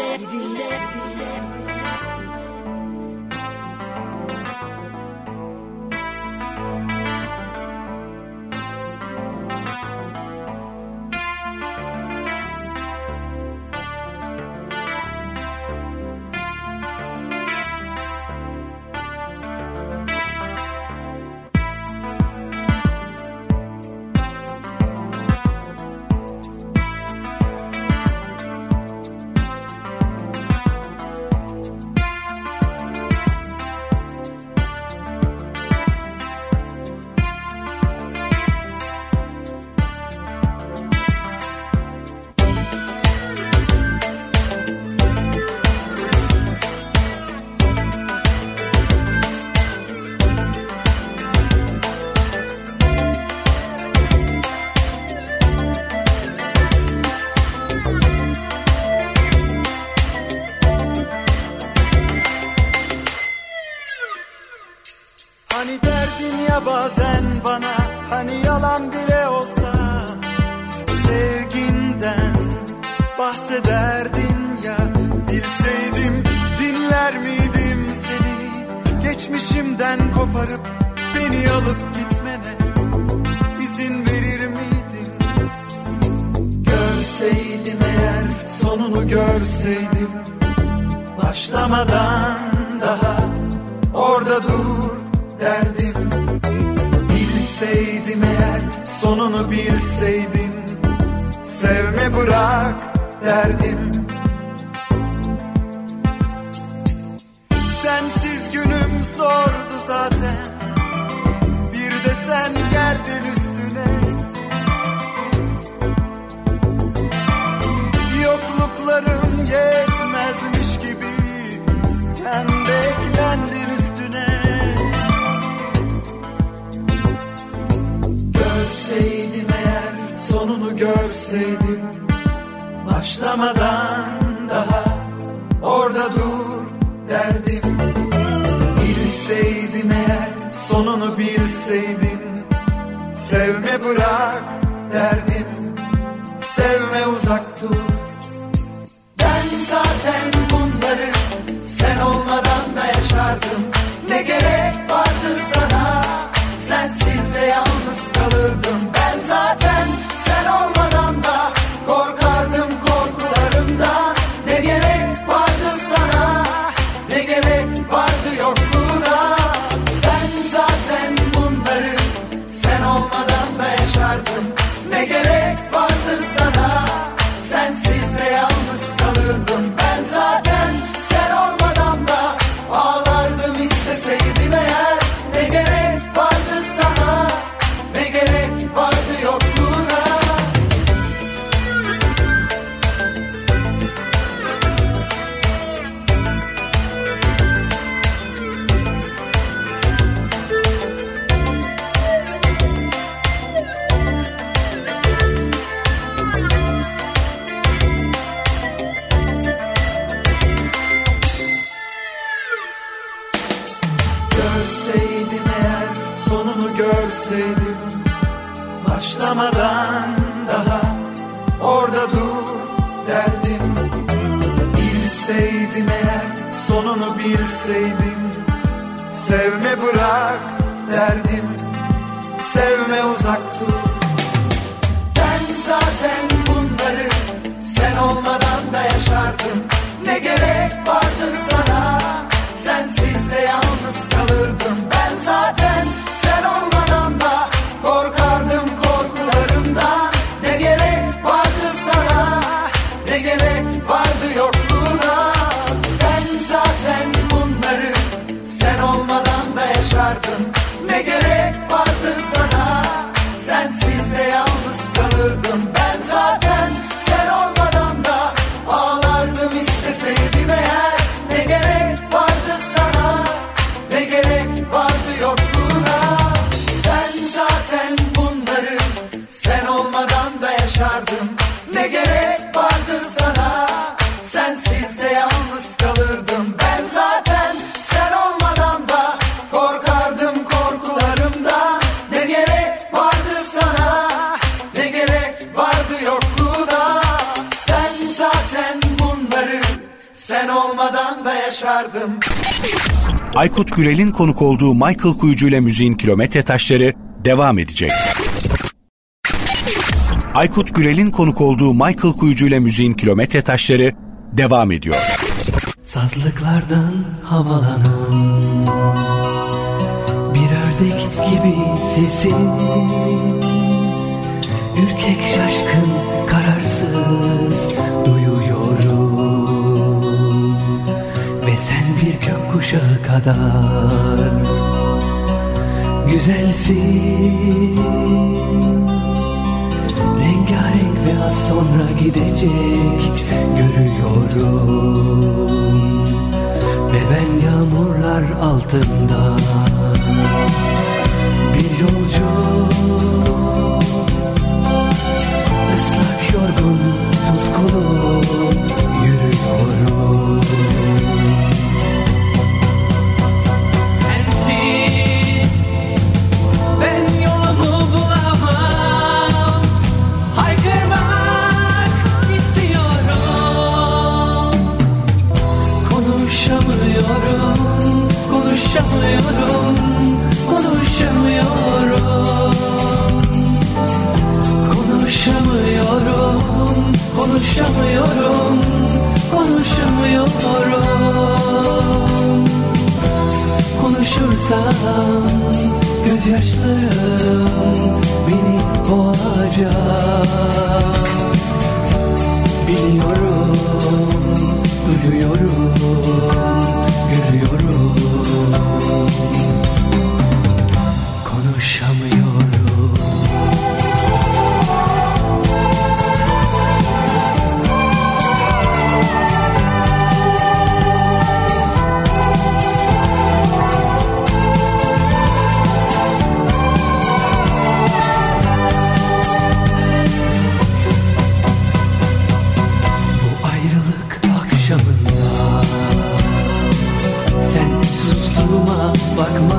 dibinde, dibinde. Hani derdin ya bazen bana, hani yalan bile olsa sevginden bahsederdin ya. Bilseydim dinler miydim seni, geçmişimden koparıp beni alıp gitmene izin verir miydim? Görseydim eğer, sonunu görseydim, başlamadan daha orada dur derdim. Bilseydim eğer, sonunu bilseydim, sevme bırak derdim. Sensiz günüm zordu zaten, bir de sen geldin üstüne. Yokluklarım yetmezmiş gibi sen de eklendin üstüne. Görseydim eğer, sonunu görseydim, başlamadan daha orada dur derdim. Bilseydim eğer, sonunu bilseydim, sevme bırak derdim. Sevme uzak dur. Ben zaten bunları sen olmadan da yaşardım. Ne gerek vardı sana, sensiz de yalnız kalırdım. Ben zaten sen olmadan da korkardım korkularımdan. Ne gerek vardı sana, ne gerek vardı yokluğuna. Ben zaten bunları sen olmadan da yaşardım. Ne gerek vardı sana, sensiz de yalnız kalırdım. Ben zaten sen olmadan da ağlardım isteseydim eğer. Ne gerek vardı sana, ne gerek vardı yokluğuna. Görseydim eğer, sonunu görseydim, başlamadan daha orada dur derdim. Bilseydim eğer, sonunu bilseydim, sevme bırak derdim. Sevme uzak dur. Ben zaten bunları sen olmadan da yaşardım. Ne gerek vardı sana, sensiz de yalnız kalırdım. Ben zaten sen olmadan da korkardım korkularımdan. Ne gerek vardı sana, ne gerek vardı yokluğuna. Ben zaten bunları sen olmadan da yaşardım. Ne gerek vardı sana, sensiz de yalnız kalırdım. Ben zaten sen olmadan da ağlardım isteseydim eğer. Ne gerek vardı sana, ne gerek vardı yokluğuna. Ben zaten bunları sen olmadan da yaşardım. Ne gerek vardı sana, sensiz de yalnız kalırdım. Ben zaten sen olmadan da korkardım korkularımdan. Ne gerek vardı sana, ne gerek vardı yokluğuna. Ben zaten bunları Sen olmadan da yaşardım. Aykut Gürel'in konuk olduğu Michael Kuyucu ile müziğin kilometre taşları devam edecek. Aykut Gürel'in konuk olduğu Michael Kuyucu ile müziğin kilometre taşları devam ediyor. Sazlıklardan havalanan bir ördek gibi sesin, ürkek şaşkın kararsız duyuyorum. Ve sen bir gökkuşağı kadar güzelsin, rengarenk ve az sonra gidecek görüyorum. Ve ben yağmurlar altında bir yolcu, ıslak yorgun tutkulu yürüyorum. Sensiz ben yolumu bulamam, haykırmak istiyorum. Konuşamıyorum, konuşamıyorum, konuşamıyorum. Konuşamıyorum, konuşamıyorum, konuşamıyorum. Konuşursam gözyaşlarım beni boğacak. Biliyorum, duyuyorum, görüyorum. Konuşamıyorum. Bakma,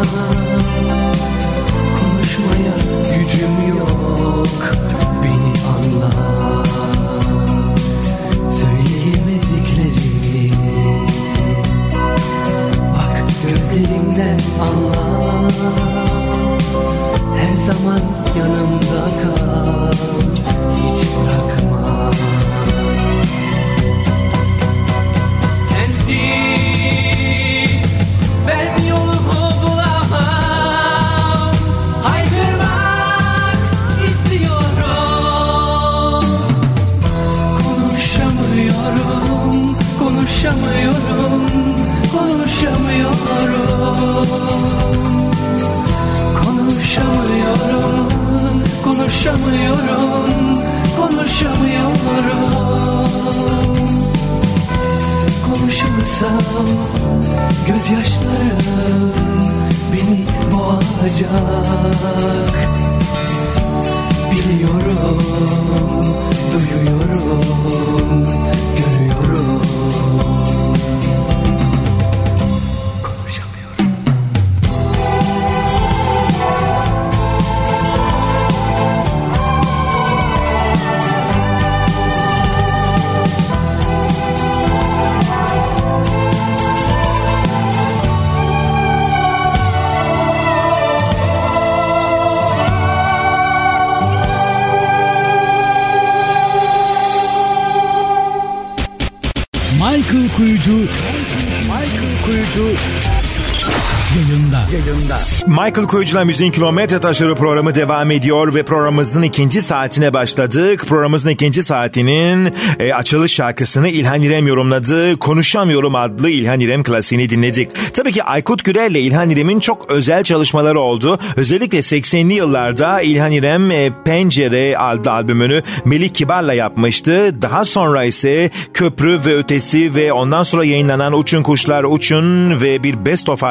konuşmaya gücüm yok, beni anla. Söyleyemediklerimi bak gözlerimden anla. Her zaman yanımda kal, hiç bırakma. Sensiz ben yolumu bulamam, haykırmak istiyorum. Konuşamıyorum, konuşamıyorum, konuşamıyorum. Konuşamıyorum, konuşamıyorum, konuşamıyorum. Konuşursam gözyaşlarım beni boğacak. Biliyorum, duyuyorum, görüyorum. Konuşamıyorum. Michael Kuyucu Michael Kuyucu yayında. yayında. Michael Kuyucu'la Müziğin Kilometre Taşları programı devam ediyor ve programımızın ikinci saatine başladık. Programımızın ikinci saatinin e, açılış şarkısını İlhan İrem yorumladı. Konuşamıyorum adlı İlhan İrem klasiğini dinledik. Tabii ki Aykut Gürel ile İlhan İrem'in çok özel çalışmaları oldu. Özellikle seksenli yıllarda İlhan İrem e, Pencere adlı albümünü Melik Kibar'la yapmıştı. Daha sonra ise Köprü ve Ötesi ve ondan sonra yayınlanan Uçun Kuşlar Uçun ve bir Best of albümünde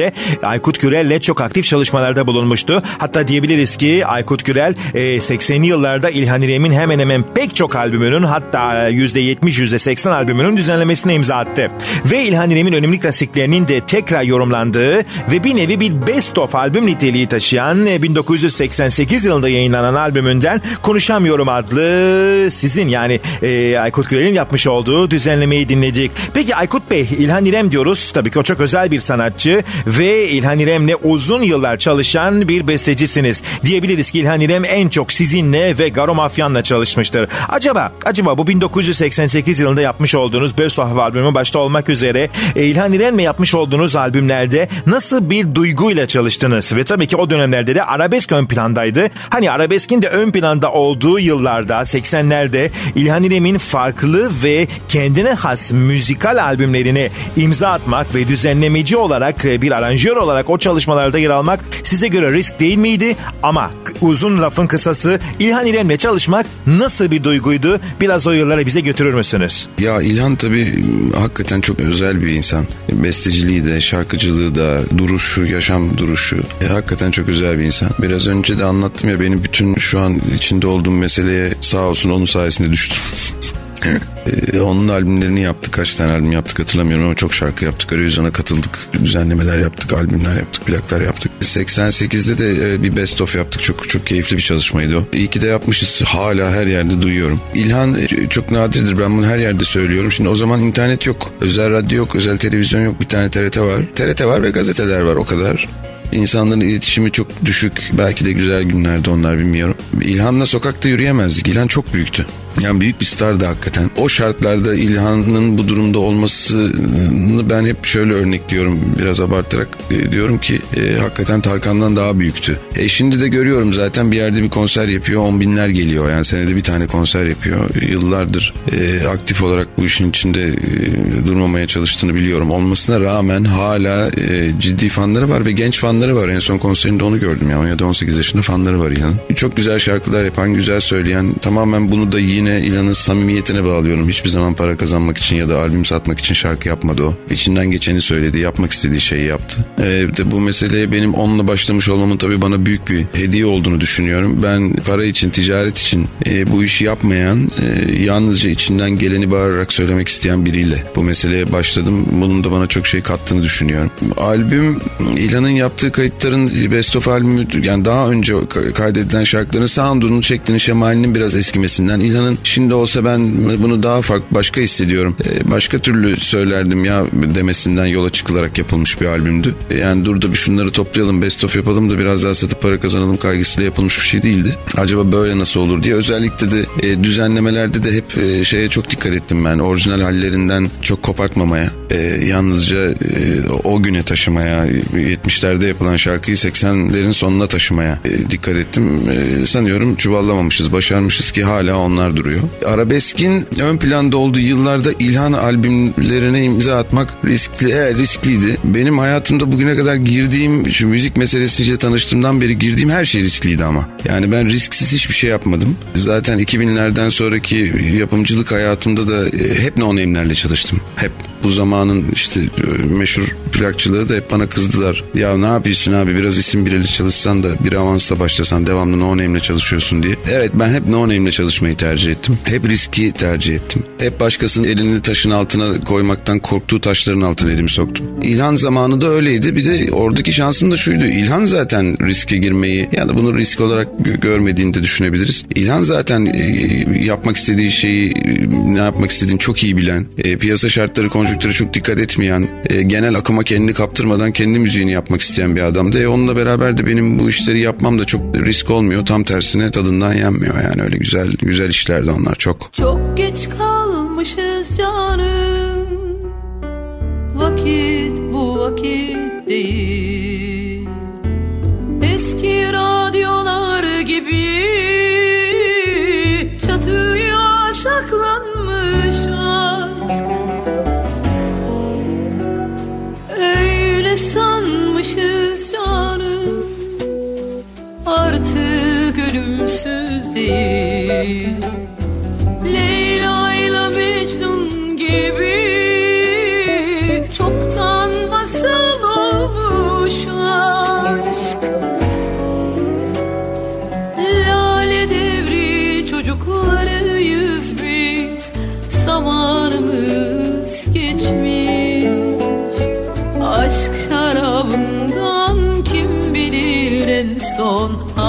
dönemde Aykut Gürel'le çok aktif çalışmalarda bulunmuştu. Hatta diyebiliriz ki Aykut Gürel seksenli yıllarda İlhan İrem'in hemen hemen pek çok albümünün, hatta yüzde yetmiş yüzde seksen albümünün düzenlemesine imza attı. Ve İlhan İrem'in önemli klasiklerinin de tekrar yorumlandığı ve bir nevi bir best of albüm niteliği taşıyan bin dokuz yüz seksen sekiz yılında yayınlanan albümünden Konuşamıyorum adlı sizin yani e, Aykut Gürel'in yapmış olduğu düzenlemeyi dinledik. Peki Aykut Bey, İlhan İrem diyoruz. Tabii ki o çok özel bir sanatçı ve İlhan İrem'le uzun yıllar çalışan bir bestecisiniz. Diyebiliriz ki İlhan İrem en çok sizinle ve Garo Mafyan'la çalışmıştır. Acaba acaba bu bin dokuz yüz seksen sekiz yılında yapmış olduğunuz Best of albümü başta olmak üzere e, İlhan İrem'le yapmış olduğunuz albümlerde nasıl bir duyguyla çalıştınız? Ve tabii ki o dönemlerde de arabesk ön plandaydı. Hani arabeskin de ön planda olduğu yıllarda seksenlerde İlhan İrem'in farklı ve kendine has müzikal albümlerine imza atmak ve düzenlemeci olarak, bir aranjör olarak o çalışmalarda yer almak size göre risk değil miydi? Ama uzun lafın kısası, İlhan İrem'le çalışmak nasıl bir duyguydu? Biraz o yıllara bize götürür müsünüz? Ya İlhan tabii hakikaten çok özel bir insan. Besteciliği de, şarkıcılığı da, duruşu, yaşam duruşu. E, hakikaten çok özel bir insan. Biraz önce de anlattım ya, benim bütün şu an içinde olduğum meseleye sağ olsun onun sayesinde düştüm. Ee, onun albümlerini yaptık. Kaç tane albüm yaptık hatırlamıyorum ama çok şarkı yaptık. Eurovision'a katıldık. Düzenlemeler yaptık. Albümler yaptık. Plaklar yaptık. seksen sekizde de bir best of yaptık. Çok çok keyifli bir çalışmaydı o. İyi ki de yapmışız. Hala her yerde duyuyorum. İlhan çok nadirdir. Ben bunu her yerde söylüyorum. Şimdi o zaman internet yok. Özel radyo yok. Özel televizyon yok. Bir tane T R T var. T R T var ve gazeteler var. O kadar. İnsanların iletişimi çok düşük. Belki de güzel günlerde onlar, bilmiyorum. İlhan'la sokakta yürüyemezdik. İlhan çok büyüktü. Yani büyük bir stardı hakikaten. O şartlarda İlhan'ın bu durumda olmasını ben hep şöyle örnekliyorum. Biraz abartarak e, diyorum ki e, hakikaten Tarkan'dan daha büyüktü. E şimdi de görüyorum zaten bir yerde bir konser yapıyor. On binler geliyor. Yani senede bir tane konser yapıyor. Yıllardır e, aktif olarak bu işin içinde e, durmamaya çalıştığını biliyorum. Olmasına rağmen hala e, ciddi fanları var ve genç fanları var. En son konserinde onu gördüm ya. on yedi on sekiz yaşında fanları var İlhan'ın. Çok güzel şarkılar yapan, güzel söyleyen, tamamen bunu da yine İlhan'ın samimiyetine bağlıyorum. Hiçbir zaman para kazanmak için ya da albüm satmak için şarkı yapmadı o. İçinden geçeni söyledi, yapmak istediği şeyi yaptı. Ee, de bu meseleye benim onunla başlamış olmamın tabii bana büyük bir hediye olduğunu düşünüyorum. Ben para için, ticaret için e, bu işi yapmayan, e, yalnızca içinden geleni bağırarak söylemek isteyen biriyle bu meseleye başladım. Bunun da bana çok şey kattığını düşünüyorum. Albüm, İlhan'ın yaptığı kayıtların best of albümü, yani daha önce kaydedilen şarkıların sound'unun, şeklinin, şemalinin biraz eskimesinden, İlhan'ın şimdi olsa ben bunu daha farklı, başka hissediyorum, Ee, başka türlü söylerdim ya demesinden yola çıkılarak yapılmış bir albümdü. Ee, yani dur da bir şunları toplayalım, best of yapalım da biraz daha satıp para kazanalım kaygısıyla yapılmış bir şey değildi. Acaba böyle nasıl olur diye özellikle de e, düzenlemelerde de hep e, şeye çok dikkat ettim ben. Orijinal hallerinden çok kopartmamaya, e, yalnızca e, o güne taşımaya, yetmişlerde yapılan şarkıyı seksenlerin sonuna taşımaya e, dikkat ettim. E, sanıyorum çuvallamamışız, başarmışız ki hala onlar duruyor. Arabeskin ön planda olduğu yıllarda İlhan albümlerine imza atmak riskli, e, riskliydi. Benim hayatımda bugüne kadar girdiğim, şu müzik meselesiyle tanıştığımdan beri girdiğim her şey riskliydi ama. Yani ben risksiz hiçbir şey yapmadım. Zaten iki binlerden sonraki yapımcılık hayatımda da e, hep no-name'lerle çalıştım. Hep. Bu zamanın işte meşhur plakçılığı da hep bana kızdılar. Ya ne yapıyorsun abi, biraz isim biriyle çalışsan da bir avansla başlasan, devamlı no-name'le çalışıyorsun diye. Evet, ben hep no-name'le çalışmayı tercih ettim. Hep riski tercih ettim. Hep başkasının elini taşın altına koymaktan korktuğu taşların altına elimi soktum. İlhan zamanı da öyleydi. Bir de oradaki şansım da şuydu. İlhan zaten riske girmeyi, ya da bunu risk olarak görmediğini de düşünebiliriz. İlhan zaten yapmak istediği şeyi, ne yapmak istediğini çok iyi bilen, piyasa şartları, konjonktüre çok dikkat etmeyen, genel akıma kendini kaptırmadan kendi müziğini yapmak isteyen bir adamdı. E onunla beraber de benim bu işleri yapmam da çok risk olmuyor. Tam tersine tadından yenmiyor. Yani öyle güzel güzel işlerdi onlar çok. Çok geç kalmışız canım. Vakit bu vakit değil. Eski radyolar gibi çatıya saklanmış aşk. Öyle sanmışız canım, artık ölümsüz değil. Leyla ile Mecnun gibi çoktan masal olmuş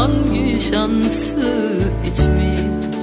hangi şansı içmiş.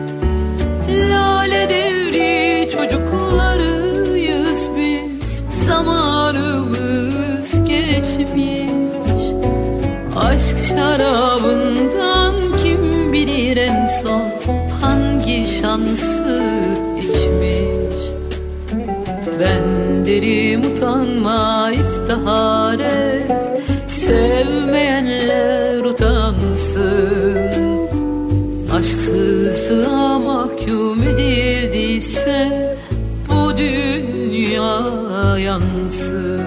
Lale devri çocuklarıyız biz, zamanımız geçmiş. Aşk şarabından kim bilir en son hangi şansı içmiş. Ben derim utanma, iftihar et, sevmeyenler utansın. Aşksızlığa mahkum edildiyse bu dünya yansın.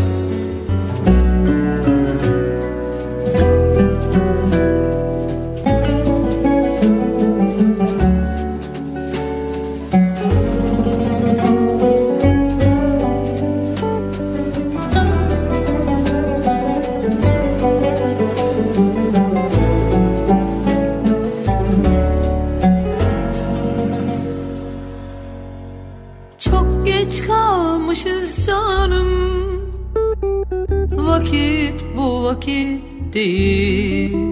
Vakit bu vakit değil,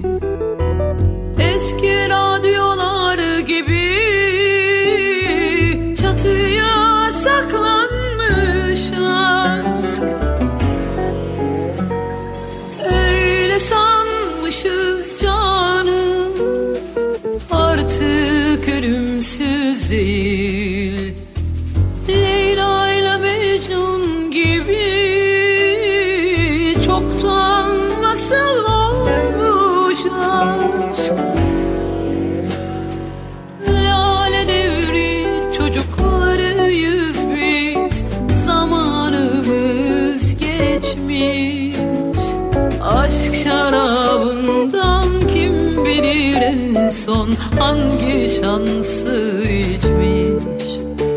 eski radyolar gibi çatıya saklanmış aşk. Öyle sanmışız canım, artık ölümsüz değil. Leyla ile Mecnun gibi çoktan nasıl olmuş aşk. Lale devri çocuklarıyız biz, zamanımız geçmiş. Aşk şarabından kim bilir en son hangi şansı içmiş.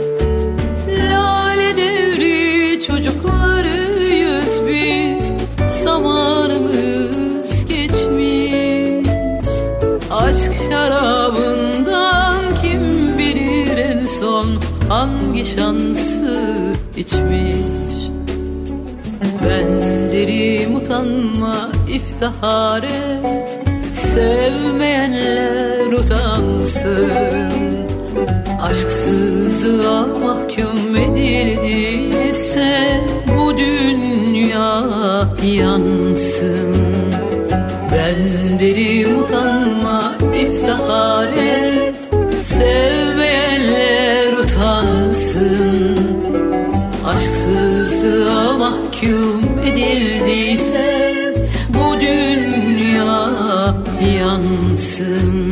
Lale devri çocuklarıyız biz, zamanımız geçmiş. Aşk şarabından kim bilir en son hangi şansı içmiş. Ben derim utanma, iftihar et, sevmeyenler utansın. Aşksızlığa mahkum edildiyse bu dünya yansın. Ben derim utanma, iftihar et, sevmeyenler utansın. Aşksızlığa mahkum edildiyse bu dünya yansın.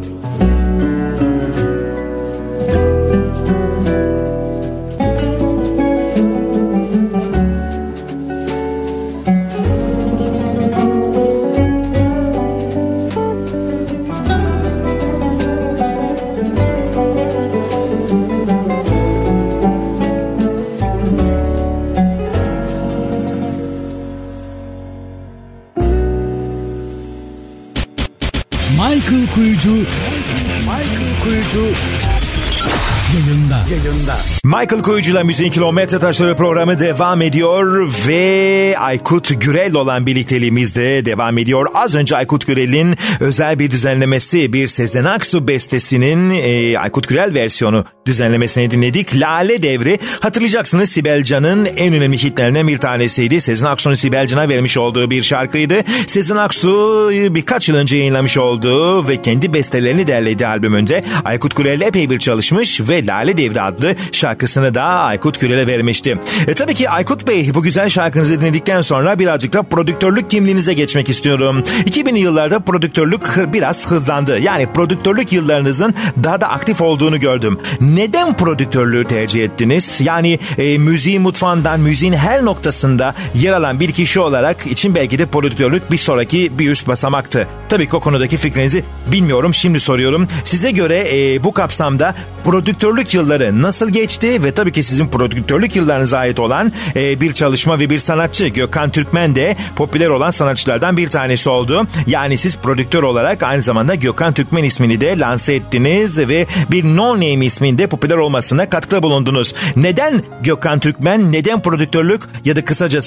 Michael Kuyucu Michael Kuyucu yayında. yayında. Michael Kuyucu'la Müziğin Kilometre Taşları programı devam ediyor ve Aykut Gürel olan birlikteliğimiz de devam ediyor. Az önce Aykut Gürel'in özel bir düzenlemesi, bir Sezen Aksu bestesinin e, Aykut Gürel versiyonu düzenlemesini dinledik. Lale Devri, hatırlayacaksınız Sibel Can'ın en önemli hitlerinden bir tanesiydi. Sezen Aksu'nun Sibel Can'a vermiş olduğu bir şarkıydı. Sezen Aksu birkaç yıl önce yayınlamış olduğu ve kendi bestelerini derlediği albümünde Aykut Gürel'le epey bir çalışmış ve Lale Devri adlı şarkısını da Aykut Gürel'e vermişti. E, tabii ki Aykut Bey, bu güzel şarkınızı dinledikten sonra birazcık da prodüktörlük kimliğinize geçmek istiyorum. iki binli yıllarda prodüktörlük biraz hızlandı. Yani prodüktörlük yıllarınızın daha da aktif olduğunu gördüm. Neden prodüktörlüğü tercih ettiniz? Yani e, müziğin mutfağından müziğin her noktasında yer alan bir kişi olarak için belki de prodüktörlük bir sonraki bir üst basamaktı. Tabii ki o konudaki fikrinizi bilmiyorum, şimdi soruyorum. Size göre e, bu kapsamda prodüktörlük yılları nasıl geçti ve tabii ki sizin prodüktörlük yıllarınıza ait olan e, bir çalışma ve bir sanatçı Gökhan Türkmen de popüler olan sanatçılardan bir tanesi oldu. Yani siz prodüktör olarak aynı zamanda Gökhan Türkmen ismini de lanse ettiniz ve bir No Name isminde popüler olmasına katkıda bulundunuz. Neden Gökhan Türkmen, neden prodüktörlük ya da kısacası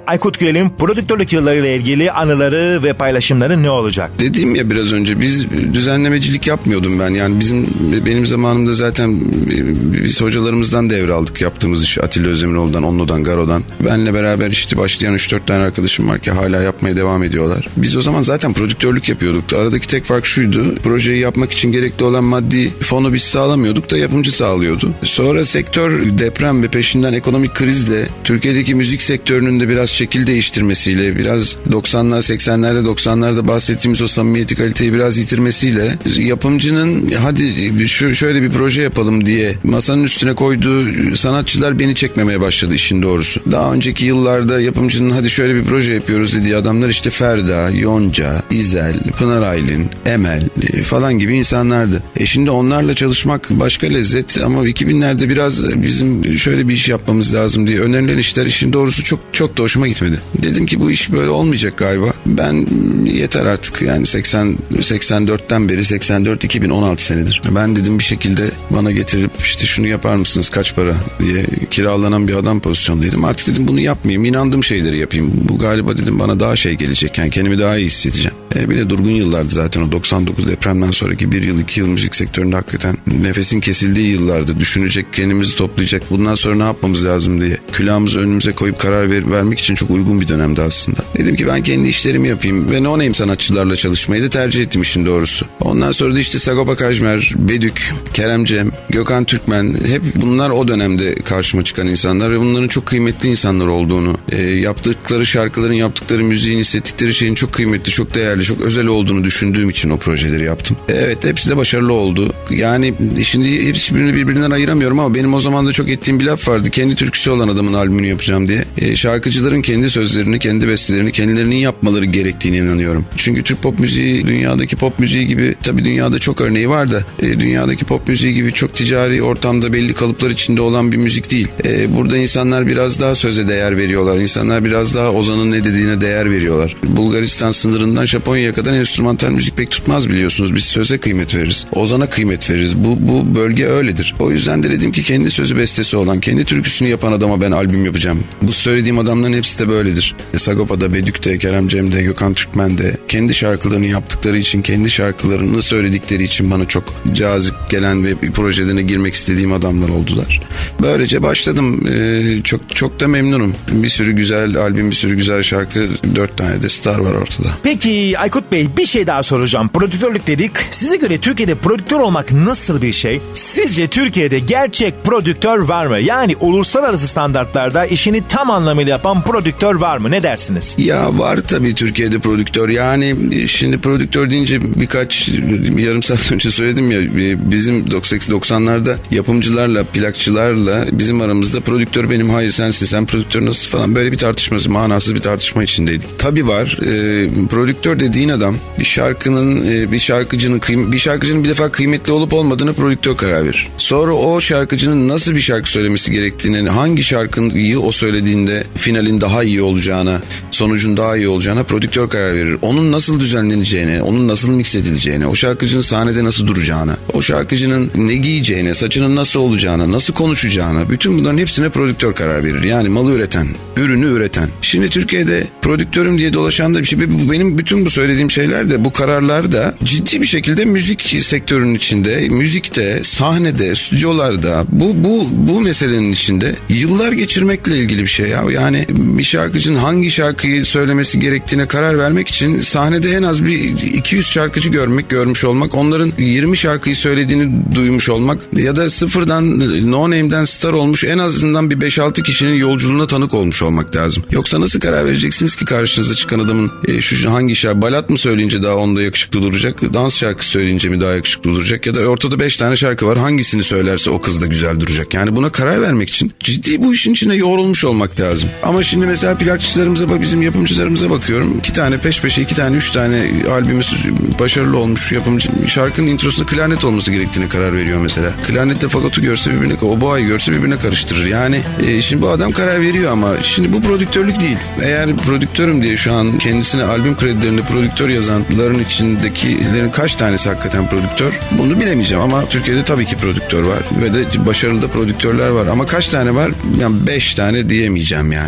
Aykut Gürel'in prodüktörlük yıllarıyla ilgili anıları ve paylaşımları ne olacak? Dediğim ya biraz önce, biz düzenlemecilik yapmıyordum ben. Yani bizim benim zamanımda zaten biz hocalarımızdan devraldık yaptığımız işi. Atilla Özdemiroğlu'dan, Onno'dan, Garo'dan. Benle beraber işte başlayan üç dört tane arkadaşım var ki hala yapmaya devam ediyorlar. Biz o zaman zaten prodüktörlük yapıyorduk. Aradaki tek fark şuydu: projeyi yapmak için gerekli olan maddi fonu biz sağlamıyorduk da yapımcı sağlıyordu. Sonra sektör deprem ve peşinden ekonomik krizle Türkiye'deki müzik sektörünün de biraz şekil değiştirmesiyle, biraz doksanlar seksenlerde doksanlarda bahsettiğimiz o samimiyeti, kaliteyi biraz yitirmesiyle yapımcının hadi şu şöyle bir proje yapalım diye masanın üstüne koyduğu sanatçılar beni çekmemeye başladı işin doğrusu. Daha önceki yıllarda yapımcının hadi şöyle bir proje yapıyoruz dediği adamlar işte Ferda, Yonca, İzel, Pınar Aylin, Emel falan gibi insanlardı. E şimdi onlarla çalışmak başka lezzet ama iki binlerde biraz bizim şöyle bir iş yapmamız lazım diye önerilen işler işin doğrusu çok çok da hoşuma gitmedi. Dedim ki bu iş böyle olmayacak galiba. Ben yeter artık yani seksen seksen dörtten beri seksen dört iki bin on altı senedir. Ben dedim bir şekilde bana getirip işte şunu yapar mısınız kaç para diye kiralanan bir adam pozisyondaydım. Artık dedim bunu yapmayayım. İnandığım şeyleri yapayım. Bu galiba dedim bana daha şey gelecek. Yani kendimi daha iyi hissedeceğim. E bir de durgun yıllardı zaten o doksan dokuz depremden sonraki bir yıl iki yıl müzik sektöründe hakikaten nefesin kesildiği yıllardı. Düşünecek, kendimizi toplayacak. Bundan sonra ne yapmamız lazım diye külahımızı önümüze koyup karar ver, vermek için çok uygun bir dönemdi aslında. Dedim ki ben kendi işlerimi yapayım ve no name sanatçılarla çalışmayı da tercih ettim işin doğrusu. Ondan sonra da işte Sagopa Kajmer, Bedük, Kerem Cem, Gökhan Türkmen, hep bunlar o dönemde karşıma çıkan insanlar ve bunların çok kıymetli insanlar olduğunu, e, yaptıkları şarkıların, yaptıkları müziğin, hissettikleri şeyin çok kıymetli, çok değerli, çok özel olduğunu düşündüğüm için o projeleri yaptım. Evet, hepsi de başarılı oldu. Yani şimdi hiçbirini birbirinden ayıramıyorum ama benim o zaman da çok ettiğim bir laf vardı. Kendi türküsü olan adamın albümünü yapacağım diye. E, şarkıcıların kendi sözlerini, kendi bestelerini kendilerinin yapmaları gerektiğine inanıyorum. Çünkü Türk pop müziği dünyadaki pop müziği gibi, tabii dünyada çok örneği var da e, dünyadaki pop müziği gibi çok ticari ortamda belli kalıplar içinde olan bir müzik değil. E, burada insanlar biraz daha söze değer veriyorlar. İnsanlar biraz daha Ozan'ın ne dediğine değer veriyorlar. Bulgaristan sınırından Japonya'ya kadar enstrümantal müzik pek tutmaz biliyorsunuz. Biz söze kıymet veririz. Ozan'a kıymet veririz. Bu, bu bölge öyledir. O yüzden de dedim ki kendi sözü bestesi olan, kendi türküsünü yapan adama ben albüm yapacağım. Bu söylediğim adamların hepsi de böyledir. E, Sagopa'da, Bedük'te, Kerem Cem'de, Gökhan Türkmen'de kendi şarkılarını yaptıkları için, kendi şarkılarını söyledikleri için bana çok cazip gelen ve bir projelerine girmek istediğim adamlar oldular. Böylece başladım. Ee, çok çok da memnunum. Bir sürü güzel albüm, bir sürü güzel şarkı, dört tane de star var ortada. Peki Aykut Bey, bir şey daha soracağım. Prodüktörlük dedik. Size göre Türkiye'de prodüktör olmak nasıl bir şey? Sizce Türkiye'de gerçek prodüktör var mı? Yani uluslararası standartlarda işini tam anlamıyla yapan prodüktör var mı? Ne dersiniz? Ya var tabii Türkiye'de prodüktör. Yani şimdi prodüktör deyince birkaç yarım saat önce söyledim ya, bizim doksanlarda yapımcılarla, plakçılarla bizim aramızda prodüktör benim, hayır sensin, sen prodüktör nasıl falan, böyle bir tartışması, manasız bir tartışma içindeydik. Tabii var. E, prodüktör dediğin adam bir şarkının, e, bir şarkıcının kıym- bir şarkıcının bir defa kıymetli olup olmadığını prodüktör karar verir. Sonra o şarkıcının nasıl bir şarkı söylemesi gerektiğini, hangi şarkıyı o söylediğinde finalin daha iyi olacağına, sonucun daha iyi olacağına prodüktör karar verir. Onun nasıl düzenleneceğine, onun nasıl mix edileceğine, o şarkıcının sahnede nasıl duracağına, o şarkıcının ne giyeceğine, saçının nasıl olacağına, nasıl konuşacağına, bütün bunların hepsine prodüktör karar verir. Yani malı üreten, ürünü üreten. Şimdi Türkiye'de prodüktörüm diye dolaşan da bir şey. Benim bütün bu söylediğim şeyler de, bu kararlar da ciddi bir şekilde müzik sektörünün içinde, müzikte, sahnede, stüdyolarda, bu bu bu meselenin içinde yıllar geçirmekle ilgili bir şey ya. Yani bir şarkıcının hangi şarkıyı söylemesi gerektiğine karar vermek için sahnede en az bir iki yüz şarkıcı görmek, görmüş olmak, onların yirmi şarkıyı söylediğini duymuş olmak ya da sıfırdan, no name'den star olmuş en azından bir beş altı kişinin yolculuğuna tanık olmuş olmak lazım. Yoksa nasıl karar vereceksiniz ki karşınıza çıkan adamın e, şu hangi şarkı, balat mı söyleyince daha onda yakışıklı duracak, dans şarkısı söyleyince mi daha yakışıklı duracak, ya da ortada beş tane şarkı var, hangisini söylerse o kız da güzel duracak. Yani buna karar vermek için ciddi bu işin içine yoğrulmuş olmak lazım. Ama şimdi mesela plakçılarımıza, bizim yapımcılarımıza bakıyorum. iki tane peş peşe, iki tane, üç tane albümü başarılı olmuş yapımcı şarkının introsunda klarnet olması gerektiğine karar veriyor mesela. Klarnetle fagotu görse birbirine, oboayı görse birbirine karıştırır. Yani e, şimdi bu adam karar veriyor ama şimdi bu prodüktörlük değil. Eğer prodüktörüm diye şu an kendisine albüm kredilerinde prodüktör yazanların içindekilerin kaç tanesi hakikaten prodüktör? Bunu bilemeyeceğim ama Türkiye'de tabii ki prodüktör var ve de başarılı da prodüktörler var. Ama kaç tane var? Yani beş tane diyemeyeceğim yani. Beş tane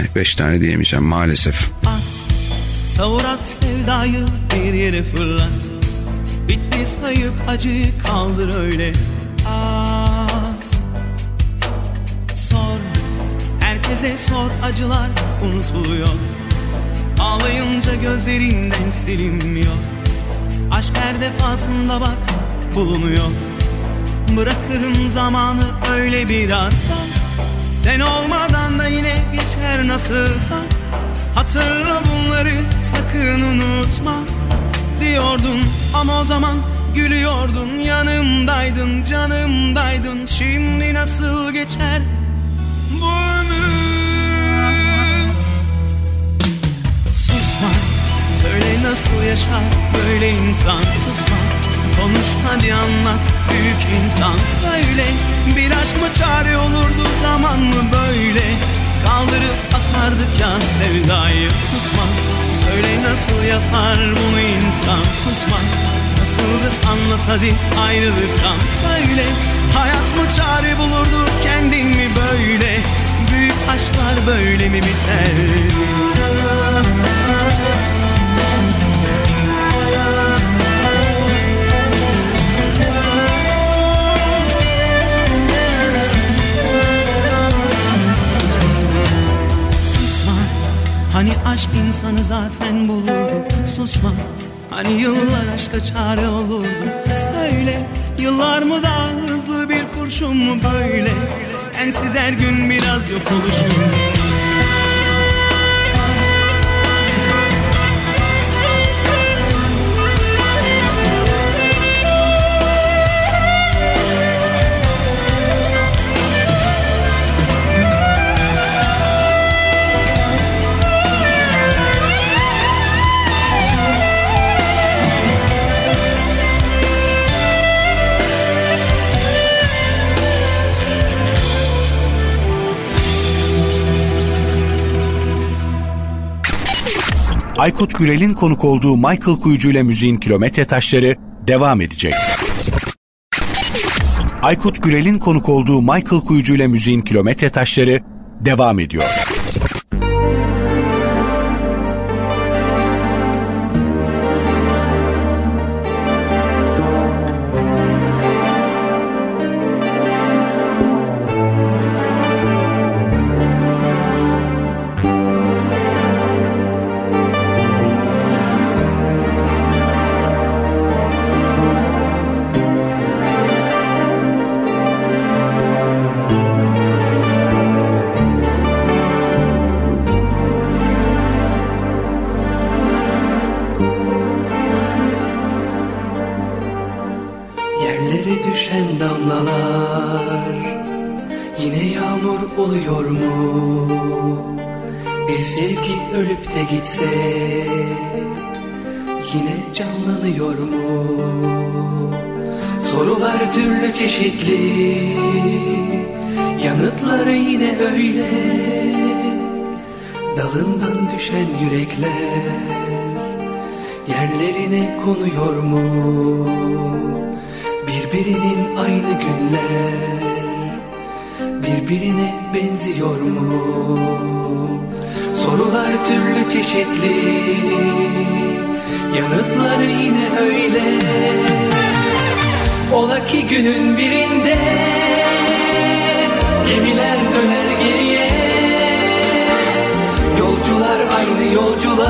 yani diyemeyeceğim maalesef. At, savur at sevdayı bir yere fırlat. Bitti sayıp acıyı kaldır öyle. At, sor, herkese sor, acılar unutuluyor. Ağlayınca gözlerinden silinmiyor. Aşk her defasında bak bulunuyor. Bırakırım zamanı öyle biraz da. Sen olmadan da yine geçer nasılsa. Hatırla bunları sakın unutma. Diyordun ama o zaman gülüyordun. Yanımdaydın, canımdaydın. Şimdi nasıl geçer bu ömür? Susma, söyle nasıl yaşar böyle insan. Susma, konuş hadi anlat büyük insan. Söyle, bir aşk mı çare olurdu, zaman mı böyle? Kaldırıp atardık ya sevdayı. Susma, söyle nasıl yapar bunu insan. Susma, nasıldır anlat hadi ayrılırsam. Söyle, hayat mı çare bulurdu, kendin mi böyle? Büyük aşklar böyle mi biter? Hani aşk insanı zaten bulurdu. Susma, hani yıllar aşka çare olurdu. Söyle, yıllar mı daha hızlı bir kurşun mu böyle? Sensiz her gün biraz yok oluşum. Aykut Gürel'in konuk olduğu Michael Kuyucu ile Müziğin Kilometre Taşları devam edecek. Aykut Gürel'in konuk olduğu Michael Kuyucu ile Müziğin Kilometre Taşları devam ediyor. Çeşitli yanıtları yine öyle. Dalından düşen yürekler yerlerine konuyor mu? Birbirinin aynı günler birbirine benziyor mu? Sorular türlü çeşitli, yanıtları yine öyle. Ola ki günün birinde gemiler döner geriye, yolcular aynı yolcular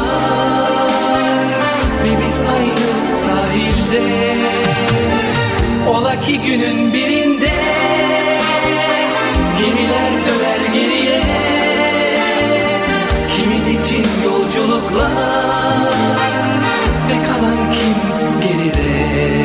ve biz aynı sahilde. Ola ki günün birinde gemiler döner geriye, kimin için yolculuklar ve kalan kim geride?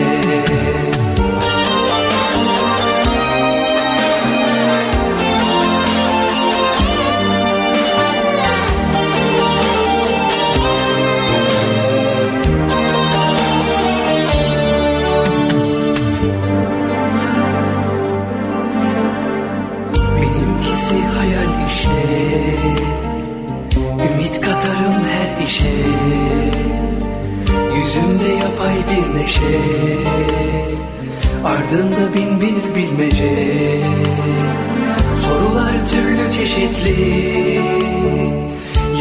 Ümit katarım her işe, yüzümde yapay bir neşe, ardında bin bir bilmece. Sorular türlü çeşitli,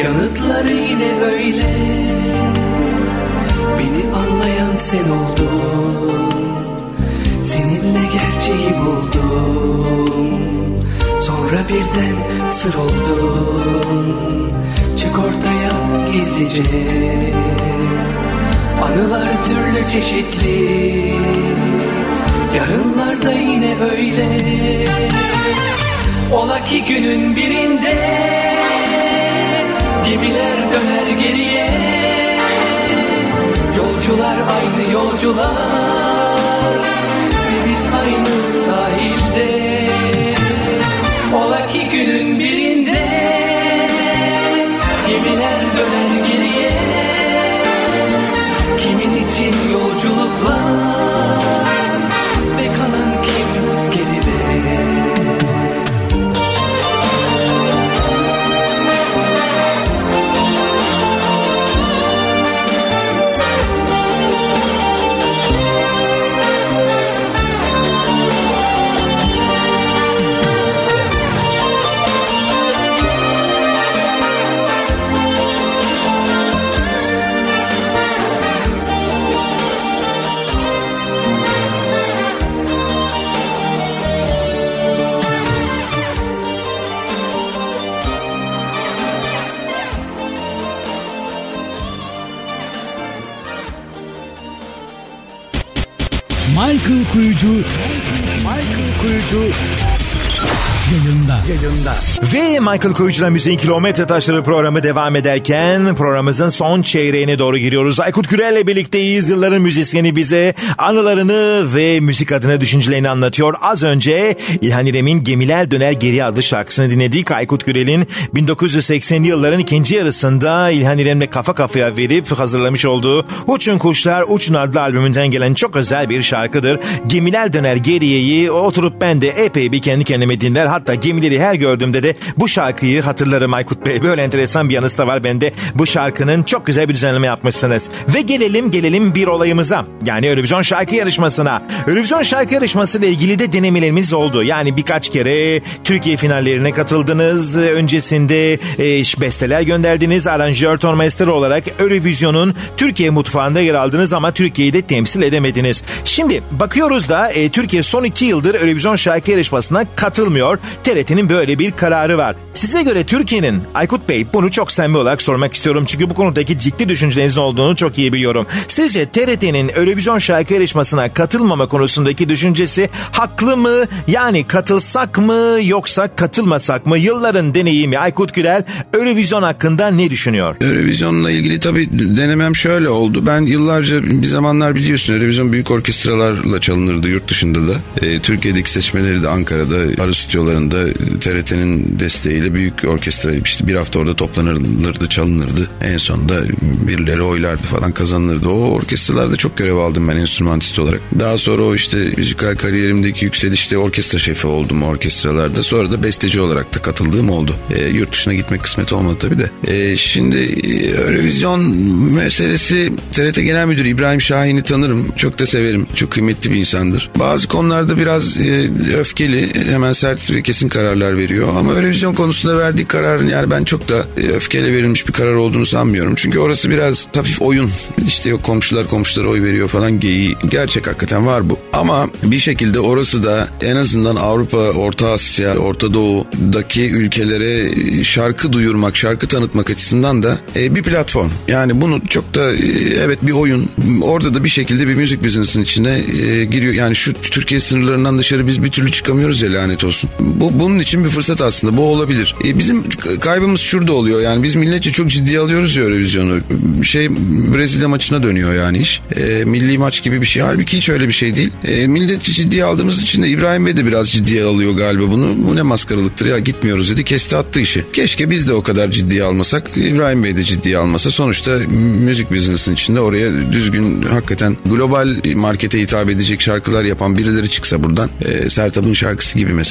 yollar yine öyle. Beni anlayan sen oldun, seninle gerçeği buldum. Sonra birden sır oldun, çık ortaya gizlice. Anılar türlü çeşitli, yarınlar da yine öyle. Ola ki günün birinde gemiler döner geriye. Yolcular aynı yolcular ve biz aynı sahilde. Ola ki günün birinde gemiler döner geriye. Kimin için yolculuklar ve kalan kim geride? Michael Kuyucu Michael Kuyucu yayında. yayında. Ve Michael Kuyucu'la Müziğin Kilometre Taşları programı devam ederken programımızın son çeyreğine doğru giriyoruz. Aykut Gürel'le birlikteyiz. Yılların müzisyeni bize anılarını ve müzik adına düşüncelerini anlatıyor. Az önce İlhan İrem'in Gemiler Döner Geriye adlı şarkısını dinledik. Aykut Gürel'in bin dokuz yüz seksenli yılların ikinci yarısında İlhan İrem'le kafa kafaya verip hazırlamış olduğu Uçun Kuşlar Uçun adlı albümünden gelen çok özel bir şarkıdır. Gemiler Döner Geriye'yi oturup ben de epey bir kendi kendime dinler. Hatta gemileri her gördüğümde de bu şarkıyı hatırlarım Aykut Bey. Böyle enteresan bir yanısı da var bende. Bu şarkının çok güzel bir düzenleme yapmışsınız. Ve gelelim gelelim bir olayımıza. Yani Eurovision şarkı yarışmasına. Eurovision şarkı yarışması ile ilgili de denemelerimiz oldu. Yani birkaç kere Türkiye finallerine katıldınız. Öncesinde e, besteler gönderdiniz. Aranjör tonmaster olarak Eurovision'un Türkiye mutfağında yer aldınız ama Türkiye'yi de temsil edemediniz. Şimdi bakıyoruz da e, Türkiye son iki yıldır Eurovision şarkı yarışmasına katılmıyor. T R T'nin böyle bir kararı var. Size göre Türkiye'nin, Aykut Bey bunu çok samimi olarak sormak istiyorum. Çünkü bu konudaki ciddi düşüncelerinizin olduğunu çok iyi biliyorum. Sizce T R T'nin Eurovision şarkı yarışmasına katılmama konusundaki düşüncesi haklı mı? Yani katılsak mı yoksa katılmasak mı? Yılların deneyimi Aykut Gürel Eurovision hakkında ne düşünüyor? Eurovision'la ilgili tabii denemem şöyle oldu. Ben yıllarca bir zamanlar biliyorsun Eurovision büyük orkestralarla çalınırdı yurt dışında da. E, Türkiye'deki seçmeleri de Ankara'da, Arı stüdyolarında T R T'nin desteğiyle büyük orkestra işte bir hafta orada toplanırdı, çalınırdı. En sonunda birileri oylardı falan kazanılırdı. O orkestralarda çok görev aldım ben enstrümantist olarak. Daha sonra o işte müzikal kariyerimdeki yükselişte orkestra şefi oldum orkestralarda. Sonra da besteci olarak da katıldığım oldu. E, yurt dışına gitmek kısmet olmadı tabii de. E, şimdi Eurovision meselesi T R T Genel Müdürü İbrahim Şahin'i tanırım. Çok da severim. Çok kıymetli bir insandır. Bazı konularda biraz e, öfkeli, hemen sert ve kesin kararlar veriyor. Ama Eurovision konusunda verdiği kararın yani ben çok da e, öfkeyle verilmiş bir karar olduğunu sanmıyorum. Çünkü orası biraz hafif oyun. İşte yok komşular komşulara oy veriyor falan geyiği. Gerçek hakikaten var bu. Ama bir şekilde orası da en azından Avrupa, Orta Asya, Orta Doğu'daki ülkelere şarkı duyurmak, şarkı tanıtmak açısından da e, bir platform. Yani bunu çok da e, evet bir oyun. Orada da bir şekilde bir müzik business'ın içine e, giriyor. Yani şu Türkiye sınırlarından dışarı biz bir türlü çıkamıyoruz ya lanet olsun. Bu bunun için bir fırsat aslında. Bu olabilir. E, bizim kaybımız şurada oluyor. Yani biz milletçe çok ciddiye alıyoruz ya Eurovision'u. Şey Brezilya maçına dönüyor yani iş. E, milli maç gibi bir şey. Halbuki hiç öyle bir şey değil. E, milletçe ciddiye aldığımız için de İbrahim Bey de biraz ciddiye alıyor galiba bunu. Bu ne maskaralıktır ya gitmiyoruz dedi. Kesti attı işi. Keşke biz de o kadar ciddiye almasak. İbrahim Bey de ciddiye almasa. Sonuçta müzik business'ın içinde oraya düzgün hakikaten global markete hitap edecek şarkılar yapan birileri çıksa buradan. E, Sertab'ın şarkısı gibi mesela. Adam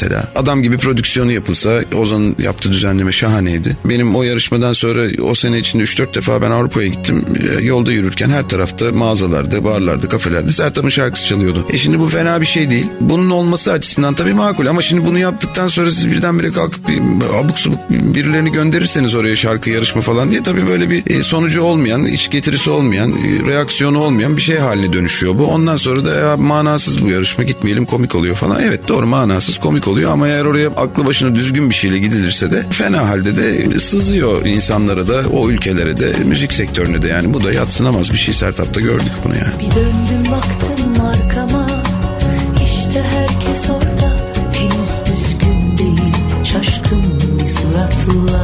adam gibi prodüksiyonu yapılsa, Ozan'ın yaptığı düzenleme şahaneydi. Benim o yarışmadan sonra o sene içinde üç dört defa ben Avrupa'ya gittim. Yolda yürürken her tarafta mağazalarda, barlarda, kafelerde Sertab'ın şarkısı çalıyordu. E şimdi bu fena bir şey değil. Bunun olması açısından tabii makul ama şimdi bunu yaptıktan sonra siz birdenbire kalkıp bir, abuk subuk birilerini gönderirseniz oraya şarkı yarışma falan diye tabii böyle bir sonucu olmayan, iç getirisi olmayan, reaksiyonu olmayan bir şey haline dönüşüyor bu. Ondan sonra da ya manasız bu yarışma, gitmeyelim, komik oluyor falan. Evet doğru, manasız, komik oluyor ama eğer oraya aklı başına düzgün bir şeyle gidilirse de fena halde de sızıyor insanlara da, o ülkelere de, müzik sektörüne de. Yani bu da yadsınamaz bir şey. Sertab'da gördük bunu yani. Bir döndüm baktım arkama, işte herkes orada, henüz düzgün değil, şaşkın bir suratla.